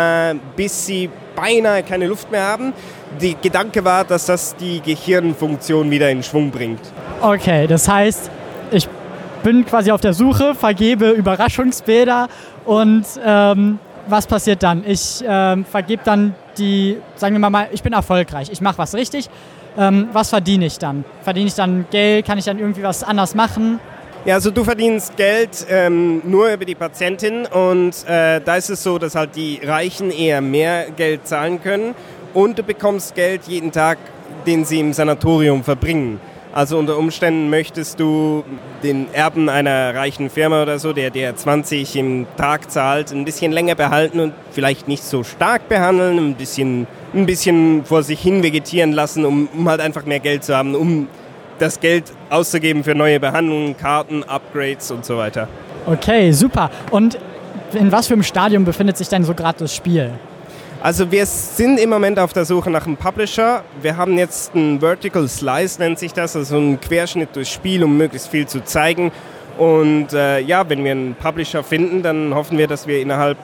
bis sie beinahe keine Luft mehr haben. Der Gedanke war, dass das die Gehirnfunktion wieder in Schwung bringt. Okay, das heißt, ich bin quasi auf der Suche, vergebe Überraschungsbäder und was passiert dann? Ich vergebe dann sagen wir mal, ich bin erfolgreich, ich mache was richtig. Was verdiene ich dann? Verdiene ich dann Geld? Kann ich dann irgendwie was anders machen? Ja, also du verdienst Geld nur über die Patientin und da ist es so, dass halt die Reichen eher mehr Geld zahlen können und du bekommst Geld jeden Tag, den sie im Sanatorium verbringen. Also unter Umständen möchtest du den Erben einer reichen Firma oder so, der 20 im Tag zahlt, ein bisschen länger behalten und vielleicht nicht so stark behandeln, ein bisschen vor sich hin vegetieren lassen, um halt einfach mehr Geld zu haben, um das Geld auszugeben für neue Behandlungen, Karten, Upgrades und so weiter. Okay, super. Und in was für einem Stadium befindet sich denn so gerade das Spiel? Also wir sind im Moment auf der Suche nach einem Publisher. Wir haben jetzt einen Vertical Slice, nennt sich das, also einen Querschnitt durchs Spiel, um möglichst viel zu zeigen. Und wenn wir einen Publisher finden, dann hoffen wir, dass wir innerhalb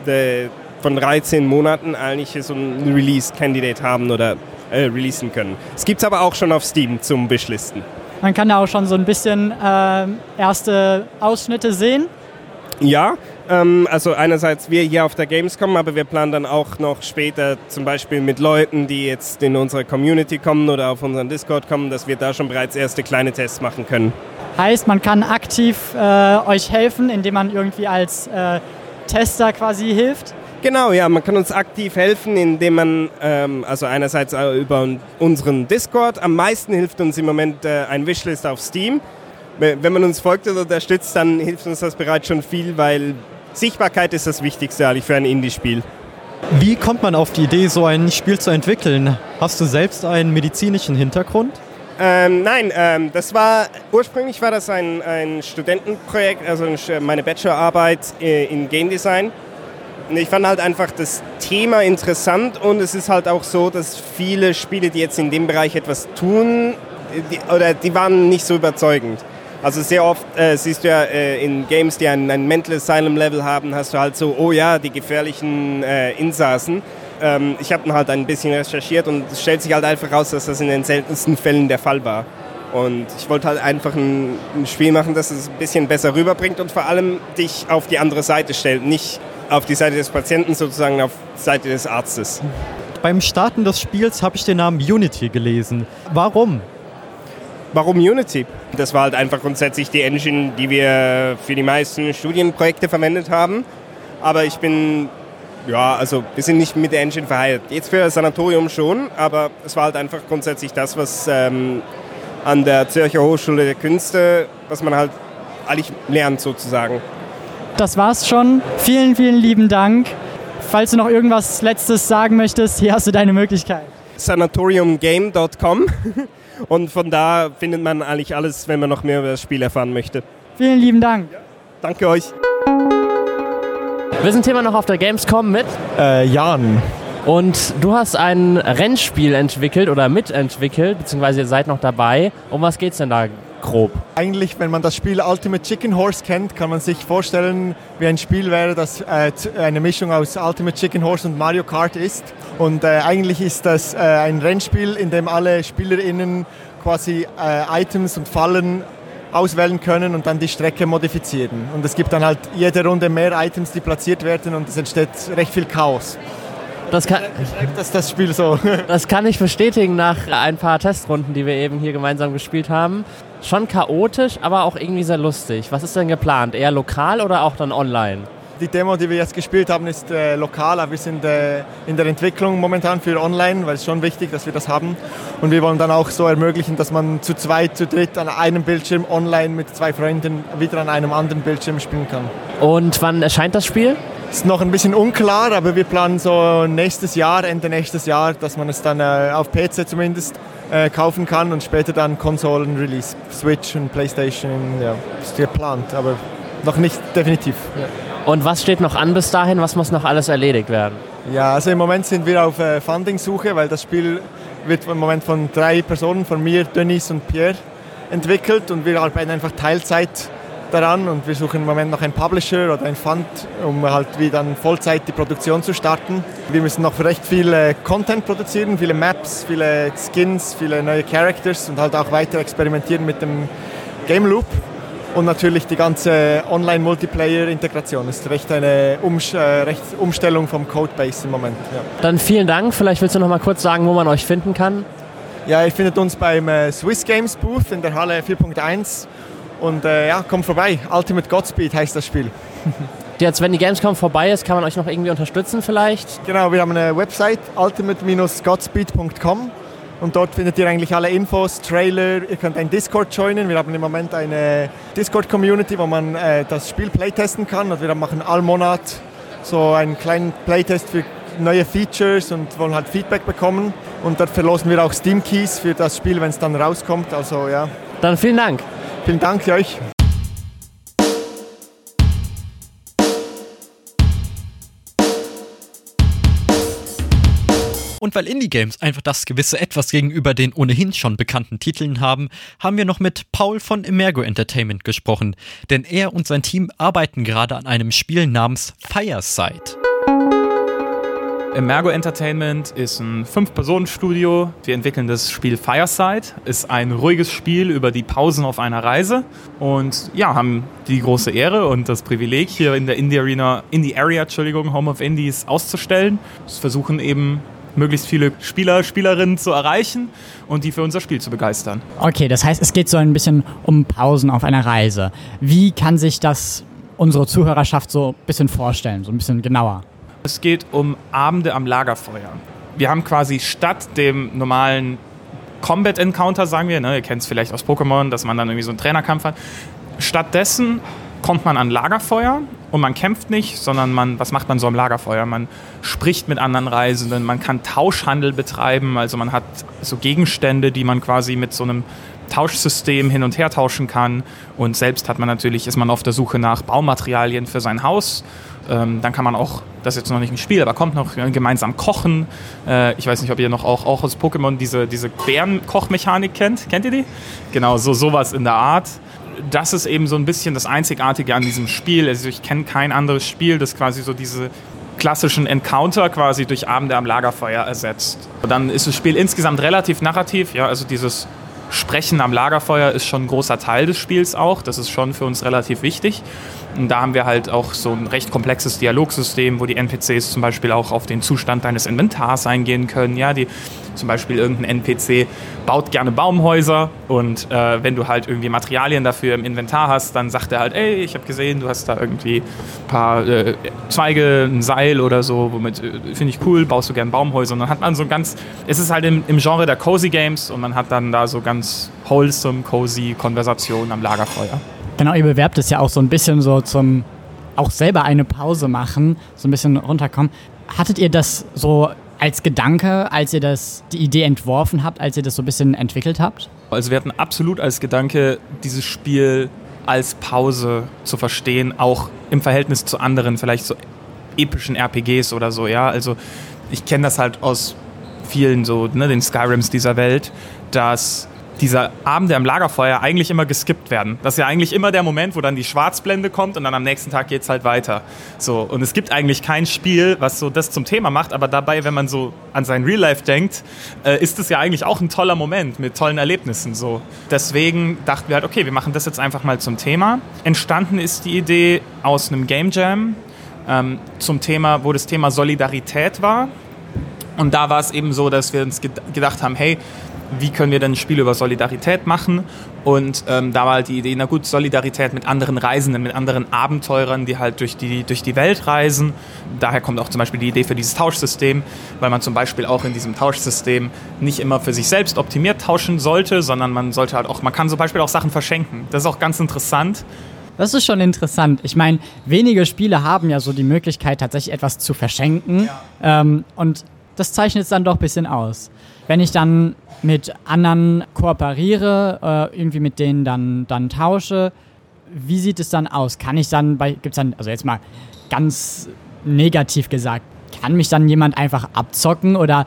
von 13 Monaten eigentlich so einen Release-Candidate haben oder releasen können. Es gibt es aber auch schon auf Steam zum Wishlisten. Man kann da auch schon so ein bisschen erste Ausschnitte sehen. Ja, also einerseits wir hier auf der Gamescom, aber wir planen dann auch noch später zum Beispiel mit Leuten, die jetzt in unsere Community kommen oder auf unseren Discord kommen, dass wir da schon bereits erste kleine Tests machen können. Heißt, man kann aktiv euch helfen, indem man irgendwie als Tester quasi hilft? Genau, ja, man kann uns aktiv helfen, indem man, also einerseits über unseren Discord, am meisten hilft uns im Moment ein Wishlist auf Steam. Wenn man uns folgt oder unterstützt, dann hilft uns das bereits schon viel, weil Sichtbarkeit ist das Wichtigste eigentlich für ein Indie-Spiel. Wie kommt man auf die Idee, so ein Spiel zu entwickeln? Hast du selbst einen medizinischen Hintergrund? Nein, ursprünglich war das ein Studentenprojekt, also meine Bachelorarbeit in Game Design. Ich fand halt einfach das Thema interessant und es ist halt auch so, dass viele Spiele, die jetzt in dem Bereich etwas tun, die waren nicht so überzeugend. Also sehr oft siehst du ja in Games, die ein Mental Asylum Level haben, hast du halt so, oh ja, die gefährlichen Insassen. Ich habe dann halt ein bisschen recherchiert und es stellt sich halt einfach raus, dass das in den seltensten Fällen der Fall war. Und ich wollte halt einfach ein Spiel machen, das es ein bisschen besser rüberbringt und vor allem dich auf die andere Seite stellt, nicht auf die Seite des Patienten, sozusagen auf die Seite des Arztes. Beim Starten des Spiels habe ich den Namen Unity gelesen. Warum? Warum Unity? Das war halt einfach grundsätzlich die Engine, die wir für die meisten Studienprojekte verwendet haben. Aber wir sind nicht mit der Engine verheiratet. Jetzt für das Sanatorium schon, aber es war halt einfach grundsätzlich das, was an der Zürcher Hochschule der Künste, was man halt eigentlich lernt sozusagen. Das war's schon. Vielen, vielen lieben Dank. Falls du noch irgendwas Letztes sagen möchtest, hier hast du deine Möglichkeit. Sanatoriumgame.com und von da findet man eigentlich alles, wenn man noch mehr über das Spiel erfahren möchte. Vielen lieben Dank. Danke euch. Wir sind Thema noch auf der Gamescom mit Jan. Und du hast ein Rennspiel entwickelt oder mitentwickelt, beziehungsweise ihr seid noch dabei. Um was geht's denn da grob? Eigentlich, wenn man das Spiel Ultimate Chicken Horse kennt, kann man sich vorstellen, wie ein Spiel wäre, das eine Mischung aus Ultimate Chicken Horse und Mario Kart ist. Und eigentlich ist das ein Rennspiel, in dem alle SpielerInnen quasi Items und Fallen auswählen können und dann die Strecke modifizieren. Und es gibt dann halt jede Runde mehr Items, die platziert werden und es entsteht recht viel Chaos. Das Spiel so. Das kann ich bestätigen nach ein paar Testrunden, die wir eben hier gemeinsam gespielt haben. Schon chaotisch, aber auch irgendwie sehr lustig. Was ist denn geplant? Eher lokal oder auch dann online? Die Demo, die wir jetzt gespielt haben, ist lokal, aber wir sind in der Entwicklung momentan für online, weil es schon wichtig, dass wir das haben. Und wir wollen dann auch so ermöglichen, dass man zu zweit, zu dritt an einem Bildschirm online mit 2 Freunden wieder an einem anderen Bildschirm spielen kann. Und wann erscheint das Spiel? Ist noch ein bisschen unklar, aber wir planen so Ende nächstes Jahr, dass man es dann auf PC zumindest kaufen kann und später dann Konsolen-Release, Switch und Playstation, ja, ist geplant, aber noch nicht definitiv. Ja. Und was steht noch an bis dahin? Was muss noch alles erledigt werden? Ja, also im Moment sind wir auf Funding-Suche, weil das Spiel wird im Moment von 3 Personen, von mir, Denise und Pierre, entwickelt und wir arbeiten einfach Teilzeit daran und wir suchen im Moment noch einen Publisher oder einen Fund, um halt wieder dann Vollzeit die Produktion zu starten. Wir müssen noch recht viel Content produzieren, viele Maps, viele Skins, viele neue Characters und halt auch weiter experimentieren mit dem Game Loop. Und natürlich die ganze Online-Multiplayer-Integration ist recht eine Umstellung vom Codebase im Moment. Ja. Dann vielen Dank. Vielleicht willst du noch mal kurz sagen, wo man euch finden kann? Ja, ihr findet uns beim Swiss Games Booth in der Halle 4.1. Und kommt vorbei. Ultimate Godspeed heißt das Spiel. Jetzt, wenn die Gamescom vorbei ist, kann man euch noch irgendwie unterstützen vielleicht? Genau, wir haben eine Website, ultimate-godspeed.com. Und dort findet ihr eigentlich alle Infos, Trailer, ihr könnt einen Discord joinen. Wir haben im Moment eine Discord-Community, wo man das Spiel playtesten kann. Und wir machen all Monat so einen kleinen Playtest für neue Features und wollen halt Feedback bekommen. Und dort verlosen wir auch Steam-Keys für das Spiel, wenn es dann rauskommt. Also ja. Dann vielen Dank. Vielen Dank euch. Und weil Indie-Games einfach das gewisse Etwas gegenüber den ohnehin schon bekannten Titeln haben, haben wir noch mit Paul von Emergo Entertainment gesprochen. Denn er und sein Team arbeiten gerade an einem Spiel namens Fireside. Emergo Entertainment ist ein 5-Personen-Studio. Wir entwickeln das Spiel Fireside. Ist ein ruhiges Spiel über die Pausen auf einer Reise. Und ja, haben die große Ehre und das Privileg, hier in der Indie Area, Home of Indies, auszustellen. Wir versuchen eben, möglichst viele Spieler, Spielerinnen zu erreichen und die für unser Spiel zu begeistern. Okay, das heißt, es geht so ein bisschen um Pausen auf einer Reise. Wie kann sich das unsere Zuhörerschaft so ein bisschen vorstellen, so ein bisschen genauer? Es geht um Abende am Lagerfeuer. Wir haben quasi statt dem normalen Combat-Encounter, sagen wir, ne, ihr kennt es vielleicht aus Pokémon, dass man dann irgendwie so einen Trainerkampf hat, stattdessen kommt man an Lagerfeuer und man kämpft nicht, sondern was macht man so am Lagerfeuer? Man spricht mit anderen Reisenden, man kann Tauschhandel betreiben, also man hat so Gegenstände, die man quasi mit so einem Tauschsystem hin und her tauschen kann, und selbst ist man auf der Suche nach Baumaterialien für sein Haus. Dann kann man auch, das ist jetzt noch nicht ein Spiel, aber kommt noch gemeinsam kochen. Ich weiß nicht, ob ihr noch auch aus Pokémon diese Bärenkochmechanik kennt. Kennt ihr die? Genau, sowas in der Art. Das ist eben so ein bisschen das Einzigartige an diesem Spiel. Also ich kenne kein anderes Spiel, das quasi so diese klassischen Encounter quasi durch Abende am Lagerfeuer ersetzt. Und dann ist das Spiel insgesamt relativ narrativ, ja, also dieses Sprechen am Lagerfeuer ist schon ein großer Teil des Spiels auch. Das ist schon für uns relativ wichtig. Und da haben wir halt auch so ein recht komplexes Dialogsystem, wo die NPCs zum Beispiel auch auf den Zustand deines Inventars eingehen können. Ja, zum Beispiel irgendein NPC baut gerne Baumhäuser, und wenn du halt irgendwie Materialien dafür im Inventar hast, dann sagt er halt, ey, ich habe gesehen, du hast da irgendwie ein paar Zweige, ein Seil oder so, womit finde ich cool, baust du gerne Baumhäuser. Und dann hat man es ist halt im Genre der Cozy Games, und man hat dann da so ganz wholesome, cozy Konversationen am Lagerfeuer. Genau, ihr bewerbt es ja auch so ein bisschen so zum auch selber eine Pause machen, so ein bisschen runterkommen. Hattet ihr das so als Gedanke, als ihr die Idee entworfen habt, als ihr das so ein bisschen entwickelt habt? Also wir hatten absolut als Gedanke, dieses Spiel als Pause zu verstehen, auch im Verhältnis zu anderen, vielleicht so epischen RPGs oder so, ja. Also ich kenne das halt aus vielen so, den Skyrims dieser Welt, dass diese Abende am Lagerfeuer eigentlich immer geskippt werden. Das ist ja eigentlich immer der Moment, wo dann die Schwarzblende kommt und dann am nächsten Tag geht's halt weiter. So, und es gibt eigentlich kein Spiel, was so das zum Thema macht, aber dabei, wenn man so an sein Real Life denkt, ist es ja eigentlich auch ein toller Moment mit tollen Erlebnissen. So. Deswegen dachten wir halt, okay, wir machen das jetzt einfach mal zum Thema. Entstanden ist die Idee aus einem Game Jam zum Thema, wo das Thema Solidarität war. Und da war es eben so, dass wir uns gedacht haben, hey, wie können wir denn ein Spiel über Solidarität machen? Und da war halt die Idee, na gut, Solidarität mit anderen Reisenden, mit anderen Abenteurern, die halt durch die Welt reisen. Daher kommt auch zum Beispiel die Idee für dieses Tauschsystem, weil man zum Beispiel auch in diesem Tauschsystem nicht immer für sich selbst optimiert tauschen sollte, sondern man kann zum Beispiel auch Sachen verschenken. Das ist auch ganz interessant. Das ist schon interessant. Ich meine, wenige Spiele haben ja so die Möglichkeit, tatsächlich etwas zu verschenken. Ja. Und das zeichnet es dann doch ein bisschen aus. Wenn ich dann mit anderen kooperiere, irgendwie mit denen dann tausche, wie sieht es dann aus? Kann ich dann also jetzt mal ganz negativ gesagt, kann mich dann jemand einfach abzocken, oder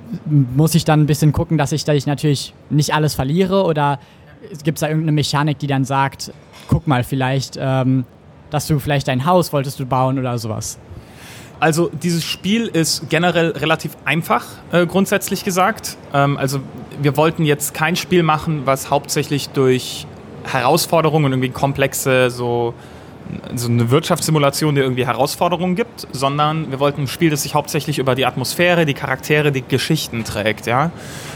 muss ich dann ein bisschen gucken, dass ich natürlich nicht alles verliere, oder gibt es da irgendeine Mechanik, die dann sagt, guck mal, vielleicht, dass du vielleicht dein Haus wolltest du bauen oder sowas? Also dieses Spiel ist generell relativ einfach, grundsätzlich gesagt. Also wir wollten jetzt kein Spiel machen, was hauptsächlich durch Herausforderungen und irgendwie komplexe, so eine Wirtschaftssimulation, die irgendwie Herausforderungen gibt, sondern wir wollten ein Spiel, das sich hauptsächlich über die Atmosphäre, die Charaktere, die Geschichten trägt. Ja?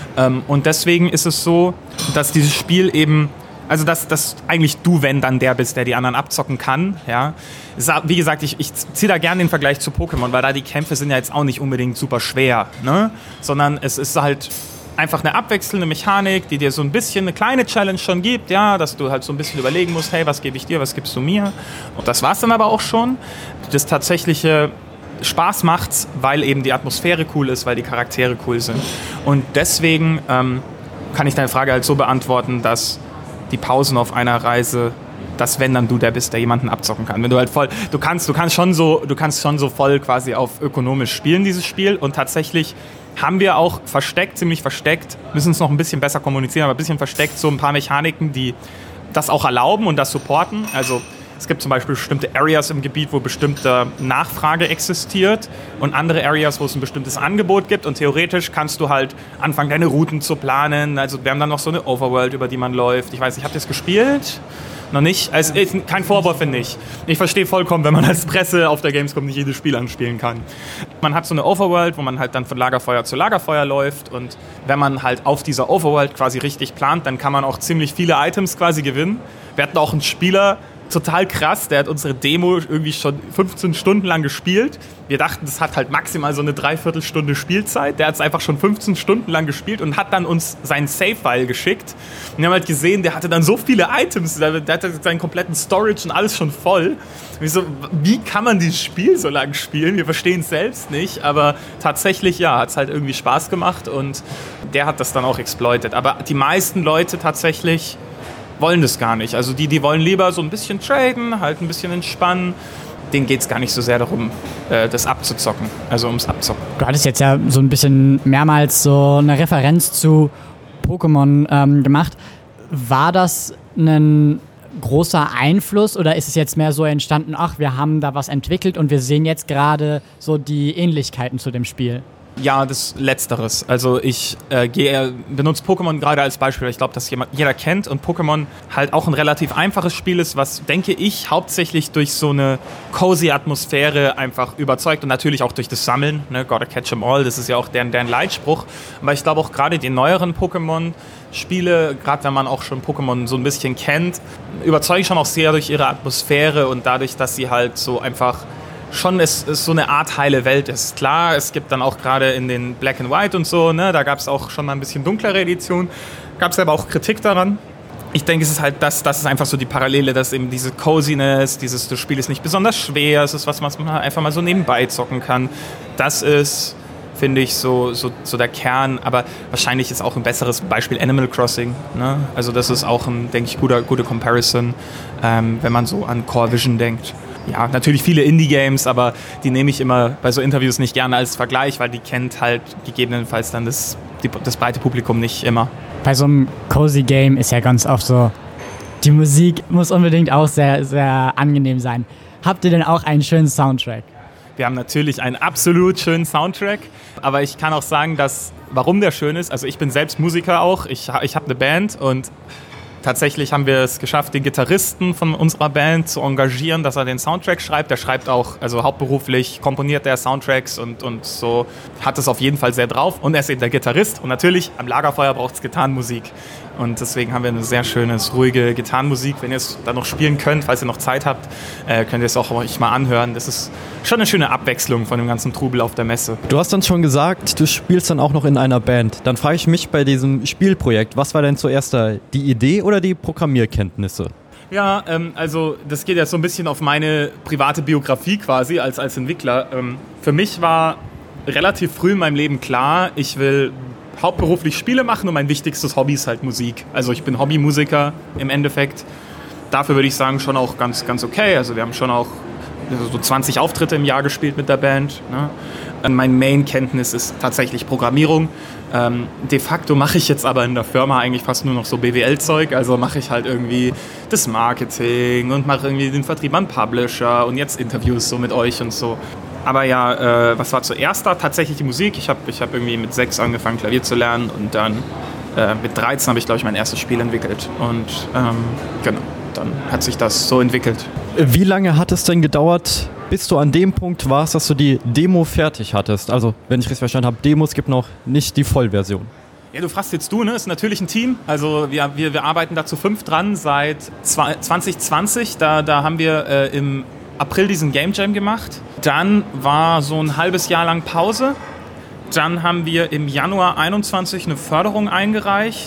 Und deswegen ist es so, dass dieses Spiel eben, also dass eigentlich du, wenn dann der bist, der die anderen abzocken kann. Ja? Wie gesagt, ich ziehe da gerne den Vergleich zu Pokémon, weil da die Kämpfe sind ja jetzt auch nicht unbedingt super schwer, ne? Sondern es ist halt einfach eine abwechselnde Mechanik, die dir so ein bisschen eine kleine Challenge schon gibt, ja, dass du halt so ein bisschen überlegen musst, hey, was gebe ich dir, was gibst du mir? Und das war's dann aber auch schon. Das tatsächliche Spaß macht's, weil eben die Atmosphäre cool ist, weil die Charaktere cool sind. Und deswegen kann ich deine Frage halt so beantworten, dass die Pausen auf einer Reise, dass wenn dann du der bist, der jemanden abzocken kann. Wenn du halt du kannst schon so voll quasi auf ökonomisch spielen, dieses Spiel. Und tatsächlich haben wir auch ziemlich versteckt, müssen es noch ein bisschen besser kommunizieren, aber ein bisschen versteckt so ein paar Mechaniken, die das auch erlauben und das supporten. Also es gibt zum Beispiel bestimmte Areas im Gebiet, wo bestimmte Nachfrage existiert, und andere Areas, wo es ein bestimmtes Angebot gibt, und theoretisch kannst du halt anfangen, deine Routen zu planen. Also wir haben dann noch so eine Overworld, über die man läuft. Ich weiß nicht, habt ihr es gespielt? Noch nicht? Also, kein Vorwurf, finde ich. Ich verstehe vollkommen, wenn man als Presse auf der Gamescom nicht jedes Spiel anspielen kann. Man hat so eine Overworld, wo man halt dann von Lagerfeuer zu Lagerfeuer läuft, und wenn man halt auf dieser Overworld quasi richtig plant, dann kann man auch ziemlich viele Items quasi gewinnen. Wir hatten auch einen Spieler total krass, der hat unsere Demo irgendwie schon 15 Stunden lang gespielt. Wir dachten, das hat halt maximal so eine Dreiviertelstunde Spielzeit. Der hat es einfach schon 15 Stunden lang gespielt und hat dann uns seinen Save-File geschickt. Und wir haben halt gesehen, der hatte dann so viele Items, der hatte seinen kompletten Storage und alles schon voll. Und ich so, wie kann man dieses Spiel so lang spielen? Wir verstehen es selbst nicht, aber tatsächlich, ja, hat es halt irgendwie Spaß gemacht und der hat das dann auch exploitet. Aber die meisten Leute tatsächlich wollen das gar nicht. Also die wollen lieber so ein bisschen traden, halt ein bisschen entspannen. Denen geht es gar nicht so sehr darum, das abzuzocken, also ums Abzocken. Du hattest jetzt ja so ein bisschen mehrmals so eine Referenz zu Pokémon gemacht. War das ein großer Einfluss oder ist es jetzt mehr so entstanden, ach, wir haben da was entwickelt und wir sehen jetzt gerade so die Ähnlichkeiten zu dem Spiel? Ja, das Letzteres. Also ich benutze Pokémon gerade als Beispiel, weil ich glaube, dass jeder kennt und Pokémon halt auch ein relativ einfaches Spiel ist, was, denke ich, hauptsächlich durch so eine cozy Atmosphäre einfach überzeugt und natürlich auch durch das Sammeln, ne? Gotta catch 'em all, das ist ja auch deren Leitspruch. Aber ich glaube auch gerade die neueren Pokémon-Spiele, gerade wenn man auch schon Pokémon so ein bisschen kennt, überzeugen schon auch sehr durch ihre Atmosphäre und dadurch, dass sie halt so einfach schon es so eine Art heile Welt ist. Klar, es gibt dann auch gerade in den Black and White und so, ne, da gab es auch schon mal ein bisschen dunklere Editionen, gab es aber auch Kritik daran. Ich denke, es ist halt das ist einfach so die Parallele, dass eben diese Coziness, das Spiel ist nicht besonders schwer, es ist was, was man einfach mal so nebenbei zocken kann. Das ist, finde ich, so der Kern, aber wahrscheinlich ist auch ein besseres Beispiel Animal Crossing, ne? Also das ist auch ein, denke ich, gute Comparison, wenn man so an Core Vision denkt. Ja, natürlich viele Indie-Games, aber die nehme ich immer bei so Interviews nicht gerne als Vergleich, weil die kennt halt gegebenenfalls dann das breite Publikum nicht immer. Bei so einem Cozy Game ist ja ganz oft so, die Musik muss unbedingt auch sehr, sehr angenehm sein. Habt ihr denn auch einen schönen Soundtrack? Wir haben natürlich einen absolut schönen Soundtrack, aber ich kann auch sagen, warum der schön ist. Also ich bin selbst Musiker auch, ich habe eine Band und tatsächlich haben wir es geschafft, den Gitarristen von unserer Band zu engagieren, dass er den Soundtrack schreibt. Der schreibt auch, also hauptberuflich komponiert der Soundtracks und so, hat es auf jeden Fall sehr drauf. Und er ist eben der Gitarrist. Und natürlich, am Lagerfeuer braucht es Gitarrenmusik. Und deswegen haben wir eine sehr schöne, ruhige Gitarrenmusik. Wenn ihr es dann noch spielen könnt, falls ihr noch Zeit habt, könnt ihr es auch euch mal anhören. Das ist schon eine schöne Abwechslung von dem ganzen Trubel auf der Messe. Du hast dann schon gesagt, du spielst dann auch noch in einer Band. Dann frage ich mich bei diesem Spielprojekt, was war denn zuerst da, die Idee oder die Programmierkenntnisse? Ja, also das geht jetzt so ein bisschen auf meine private Biografie quasi als Entwickler. Für mich war relativ früh in meinem Leben klar, ich will hauptberuflich Spiele machen und mein wichtigstes Hobby ist halt Musik. Also ich bin Hobbymusiker im Endeffekt. Dafür würde ich sagen, schon auch ganz, ganz okay. Also wir haben schon auch so 20 Auftritte im Jahr gespielt mit der Band, ne? Mein Main-Kenntnis ist tatsächlich Programmierung. De facto mache ich jetzt aber in der Firma eigentlich fast nur noch so BWL-Zeug. Also mache ich halt irgendwie das Marketing und mache irgendwie den Vertrieb an Publisher und jetzt Interviews so mit euch und so. Aber ja, was war zuerst da? Tatsächlich die Musik. Ich hab irgendwie mit 6 angefangen, Klavier zu lernen und dann mit 13 habe ich, glaube ich, mein erstes Spiel entwickelt. Und genau, dann hat sich das so entwickelt. Wie lange hat es denn gedauert, bis du an dem Punkt warst, dass du die Demo fertig hattest? Also, wenn ich richtig verstanden habe, Demos gibt noch nicht die Vollversion. Ja, du fragst jetzt ne? Ist natürlich ein Team. Also wir arbeiten da zu 5 dran seit 2020. Da haben wir im April diesen Game Jam gemacht. Dann war so ein halbes Jahr lang Pause. Dann haben wir im Januar 21 eine Förderung eingereicht,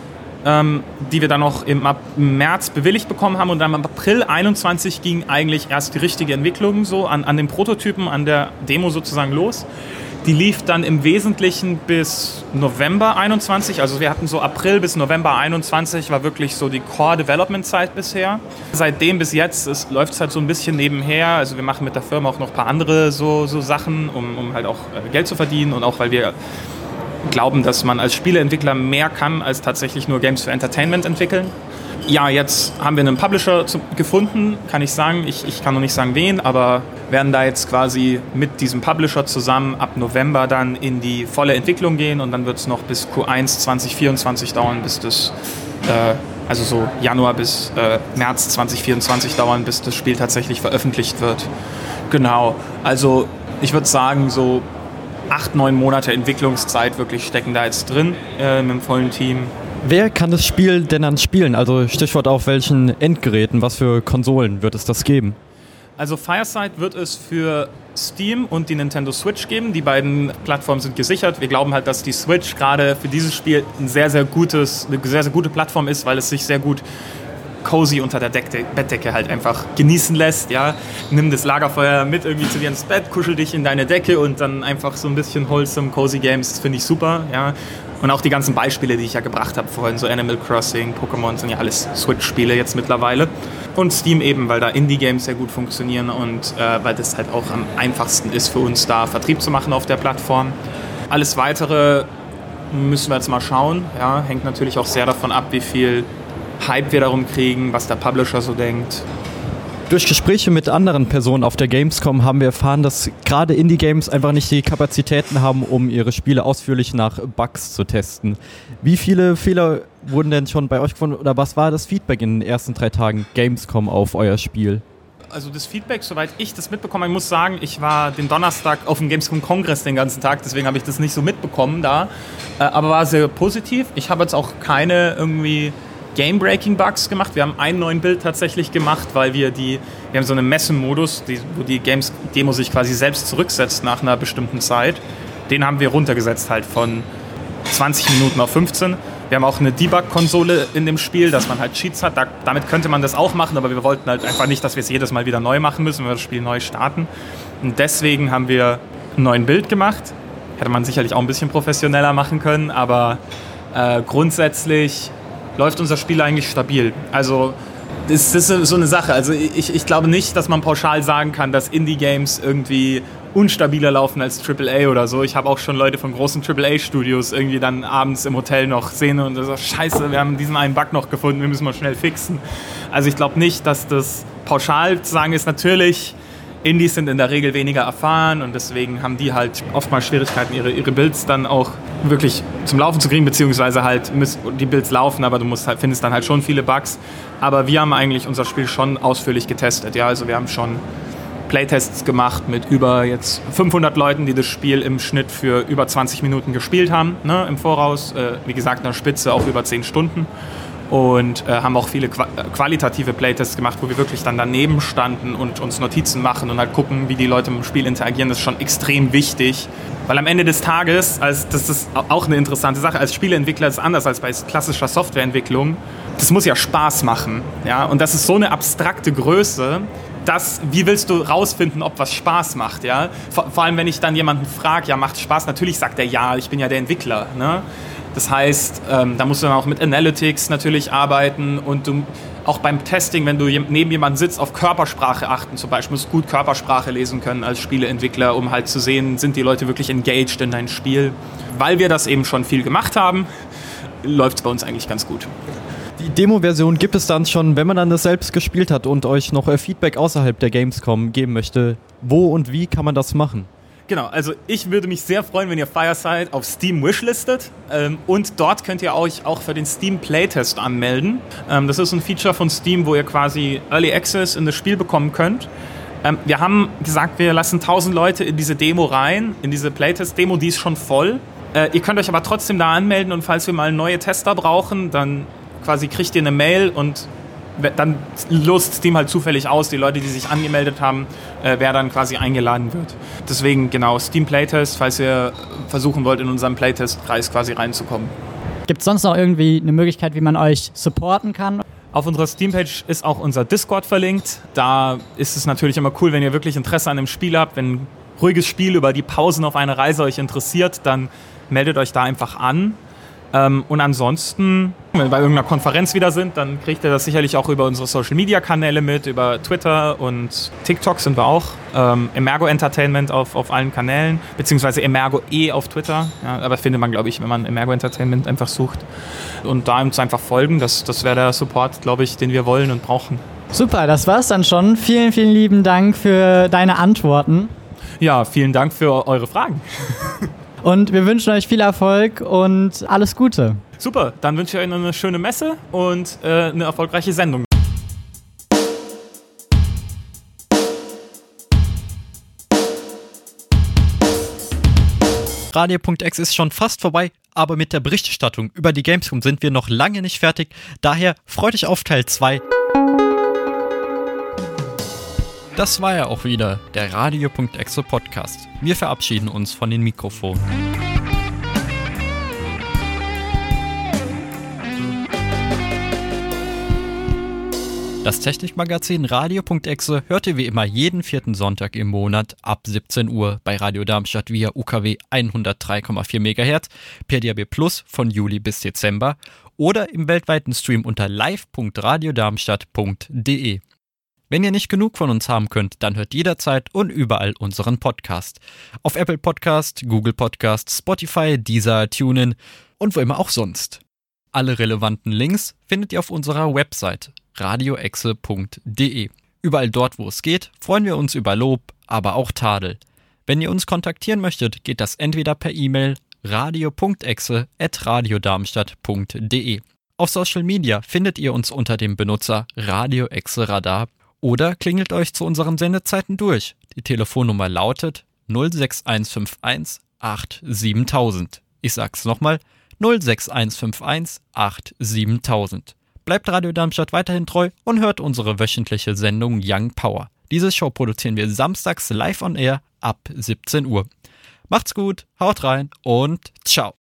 die wir dann noch im März bewilligt bekommen haben. Und dann im April 21 ging eigentlich erst die richtige Entwicklung so an den Prototypen, an der Demo sozusagen los. Die lief dann im Wesentlichen bis November 21. Also wir hatten so April bis November 21 war wirklich so die Core-Development-Zeit bisher. Seitdem bis jetzt läuft es halt so ein bisschen nebenher. Also wir machen mit der Firma auch noch ein paar andere so Sachen, um halt auch Geld zu verdienen und auch weil wir glauben, dass man als Spieleentwickler mehr kann, als tatsächlich nur Games für Entertainment entwickeln. Ja, jetzt haben wir einen Publisher gefunden, kann ich sagen. Ich kann noch nicht sagen wen, aber werden da jetzt quasi mit diesem Publisher zusammen ab November dann in die volle Entwicklung gehen und dann wird es noch bis Q1 2024 dauern, bis das, also so Januar bis März 2024 dauern, bis das Spiel tatsächlich veröffentlicht wird. Genau, also ich würde sagen, so 8-9 Monate Entwicklungszeit wirklich stecken da jetzt drin mit dem vollen Team. Wer kann das Spiel denn dann spielen? Also Stichwort auf welchen Endgeräten, was für Konsolen wird es das geben? Also Fireside wird es für Steam und die Nintendo Switch geben. Die beiden Plattformen sind gesichert. Wir glauben halt, dass die Switch gerade für dieses Spiel eine sehr, sehr gute Plattform ist, weil es sich sehr gut cozy unter der Bettdecke halt einfach genießen lässt. Ja? Nimm das Lagerfeuer mit irgendwie zu dir ins Bett, kuschel dich in deine Decke und dann einfach so ein bisschen wholesome, cozy Games. Das finde ich super. Ja? Und auch die ganzen Beispiele, die ich ja gebracht habe vorhin, so Animal Crossing, Pokémon, sind ja alles Switch-Spiele jetzt mittlerweile. Und Steam eben, weil da Indie-Games sehr gut funktionieren und weil das halt auch am einfachsten ist für uns, da Vertrieb zu machen auf der Plattform. Alles Weitere müssen wir jetzt mal schauen. Ja? Hängt natürlich auch sehr davon ab, wie viel Hype wir darum kriegen, was der Publisher so denkt. Durch Gespräche mit anderen Personen auf der Gamescom haben wir erfahren, dass gerade Indie-Games einfach nicht die Kapazitäten haben, um ihre Spiele ausführlich nach Bugs zu testen. Wie viele Fehler wurden denn schon bei euch gefunden oder was war das Feedback in den ersten 3 Tagen Gamescom auf euer Spiel? Also das Feedback, soweit ich das mitbekomme, ich muss sagen, ich war den Donnerstag auf dem Gamescom-Kongress den ganzen Tag, deswegen habe ich das nicht so mitbekommen da, aber war sehr positiv. Ich habe jetzt auch keine irgendwie Game-Breaking-Bugs gemacht. Wir haben einen neuen Build tatsächlich gemacht, weil wir haben so einen Messen-Modus, wo die Games-Demo sich quasi selbst zurücksetzt nach einer bestimmten Zeit. Den haben wir runtergesetzt halt von 20 Minuten auf 15. Wir haben auch eine Debug-Konsole in dem Spiel, dass man halt Cheats hat. Damit könnte man das auch machen, aber wir wollten halt einfach nicht, dass wir es jedes Mal wieder neu machen müssen, wenn wir das Spiel neu starten. Und deswegen haben wir einen neuen Build gemacht. Hätte man sicherlich auch ein bisschen professioneller machen können, aber grundsätzlich läuft unser Spiel eigentlich stabil. Also das ist so eine Sache. Also ich glaube nicht, dass man pauschal sagen kann, dass Indie-Games irgendwie unstabiler laufen als AAA oder so. Ich habe auch schon Leute von großen AAA-Studios irgendwie dann abends im Hotel noch sehen und so, scheiße, wir haben diesen einen Bug noch gefunden, wir müssen mal schnell fixen. Also ich glaube nicht, dass das pauschal zu sagen ist. Natürlich, Indies sind in der Regel weniger erfahren und deswegen haben die halt oftmals Schwierigkeiten, ihre Builds dann auch wirklich zum Laufen zu kriegen, beziehungsweise halt die Builds laufen, aber du findest dann halt schon viele Bugs. Aber wir haben eigentlich unser Spiel schon ausführlich getestet. Ja, also wir haben schon Playtests gemacht mit über jetzt 500 Leuten, die das Spiel im Schnitt für über 20 Minuten gespielt haben, ne, im Voraus. Wie gesagt, in der Spitze auch über 10 Stunden. Und haben auch viele qualitative Playtests gemacht, wo wir wirklich dann daneben standen und uns Notizen machen und halt gucken, wie die Leute mit dem Spiel interagieren. Das ist schon extrem wichtig, weil am Ende des Tages, das ist auch eine interessante Sache, als Spieleentwickler ist es anders als bei klassischer Softwareentwicklung. Das muss ja Spaß machen, ja? Und das ist so eine abstrakte Größe, wie willst du rausfinden, ob was Spaß macht, ja? Vor allem, wenn ich dann jemanden frage, ja, macht Spaß? Natürlich sagt er ja, ich bin ja der Entwickler, ne? Das heißt, da musst du dann auch mit Analytics natürlich arbeiten und du auch beim Testing, wenn du neben jemandem sitzt, auf Körpersprache achten. Zum Beispiel musst du gut Körpersprache lesen können als Spieleentwickler, um halt zu sehen, sind die Leute wirklich engaged in dein Spiel. Weil wir das eben schon viel gemacht haben, läuft es bei uns eigentlich ganz gut. Die Demo-Version gibt es dann schon, wenn man dann das selbst gespielt hat und euch noch Feedback außerhalb der Gamescom geben möchte. Wo und wie kann man das machen? Genau, also ich würde mich sehr freuen, wenn ihr Fireside auf Steam wishlistet und dort könnt ihr euch auch für den Steam Playtest anmelden. Das ist ein Feature von Steam, wo ihr quasi Early Access in das Spiel bekommen könnt. Wir haben gesagt, wir lassen 1000 Leute in diese Demo rein, in diese Playtest-Demo, die ist schon voll. Ihr könnt euch aber trotzdem da anmelden und falls wir mal neue Tester brauchen, dann quasi kriegt ihr eine Mail und dann lost Steam halt zufällig aus, die Leute, die sich angemeldet haben, wer dann quasi eingeladen wird. Deswegen genau, Steam Playtest, falls ihr versuchen wollt, in unseren Playtest-Kreis quasi reinzukommen. Gibt es sonst noch irgendwie eine Möglichkeit, wie man euch supporten kann? Auf unserer Steam-Page ist auch unser Discord verlinkt. Da ist es natürlich immer cool, wenn ihr wirklich Interesse an dem Spiel habt. Wenn ein ruhiges Spiel über die Pausen auf einer Reise euch interessiert, dann meldet euch da einfach an. Und ansonsten, wenn wir bei irgendeiner Konferenz wieder sind, dann kriegt ihr das sicherlich auch über unsere Social-Media-Kanäle mit, über Twitter und TikTok sind wir auch. Emergo Entertainment auf allen Kanälen, beziehungsweise Emergo auf Twitter. Ja, aber findet man, glaube ich, wenn man Emergo Entertainment einfach sucht. Und da uns einfach folgen, das wäre der Support, glaube ich, den wir wollen und brauchen. Super, das war's dann schon. Vielen, vielen lieben Dank für deine Antworten. Ja, vielen Dank für eure Fragen. Und wir wünschen euch viel Erfolg und alles Gute. Super, dann wünsche ich euch eine schöne Messe und eine erfolgreiche Sendung. Radio.exe ist schon fast vorbei, aber mit der Berichterstattung über die Gamescom sind wir noch lange nicht fertig. Daher freut euch auf Teil 2. Das war ja auch wieder der Radio.exe Podcast. Wir verabschieden uns von den Mikrofonen. Das Technikmagazin Radio.exe hört ihr wie immer jeden 4. Sonntag im Monat ab 17 Uhr bei Radio Darmstadt via UKW 103,4 MHz, per DAB+ von Juli bis Dezember oder im weltweiten Stream unter live.radiodarmstadt.de. Wenn ihr nicht genug von uns haben könnt, dann hört jederzeit und überall unseren Podcast. Auf Apple Podcast, Google Podcast, Spotify, Deezer, TuneIn und wo immer auch sonst. Alle relevanten Links findet ihr auf unserer Website radioexe.de. Überall dort, wo es geht, freuen wir uns über Lob, aber auch Tadel. Wenn ihr uns kontaktieren möchtet, geht das entweder per E-Mail radio.exe@radiodarmstadt.de. Auf Social Media findet ihr uns unter dem Benutzer Radio Exe Radar oder klingelt euch zu unseren Sendezeiten durch. Die Telefonnummer lautet 06151 87000. Ich sag's nochmal, 06151 87000. Bleibt Radio Darmstadt weiterhin treu und hört unsere wöchentliche Sendung Young Power. Diese Show produzieren wir samstags live on air ab 17 Uhr. Macht's gut, haut rein und ciao.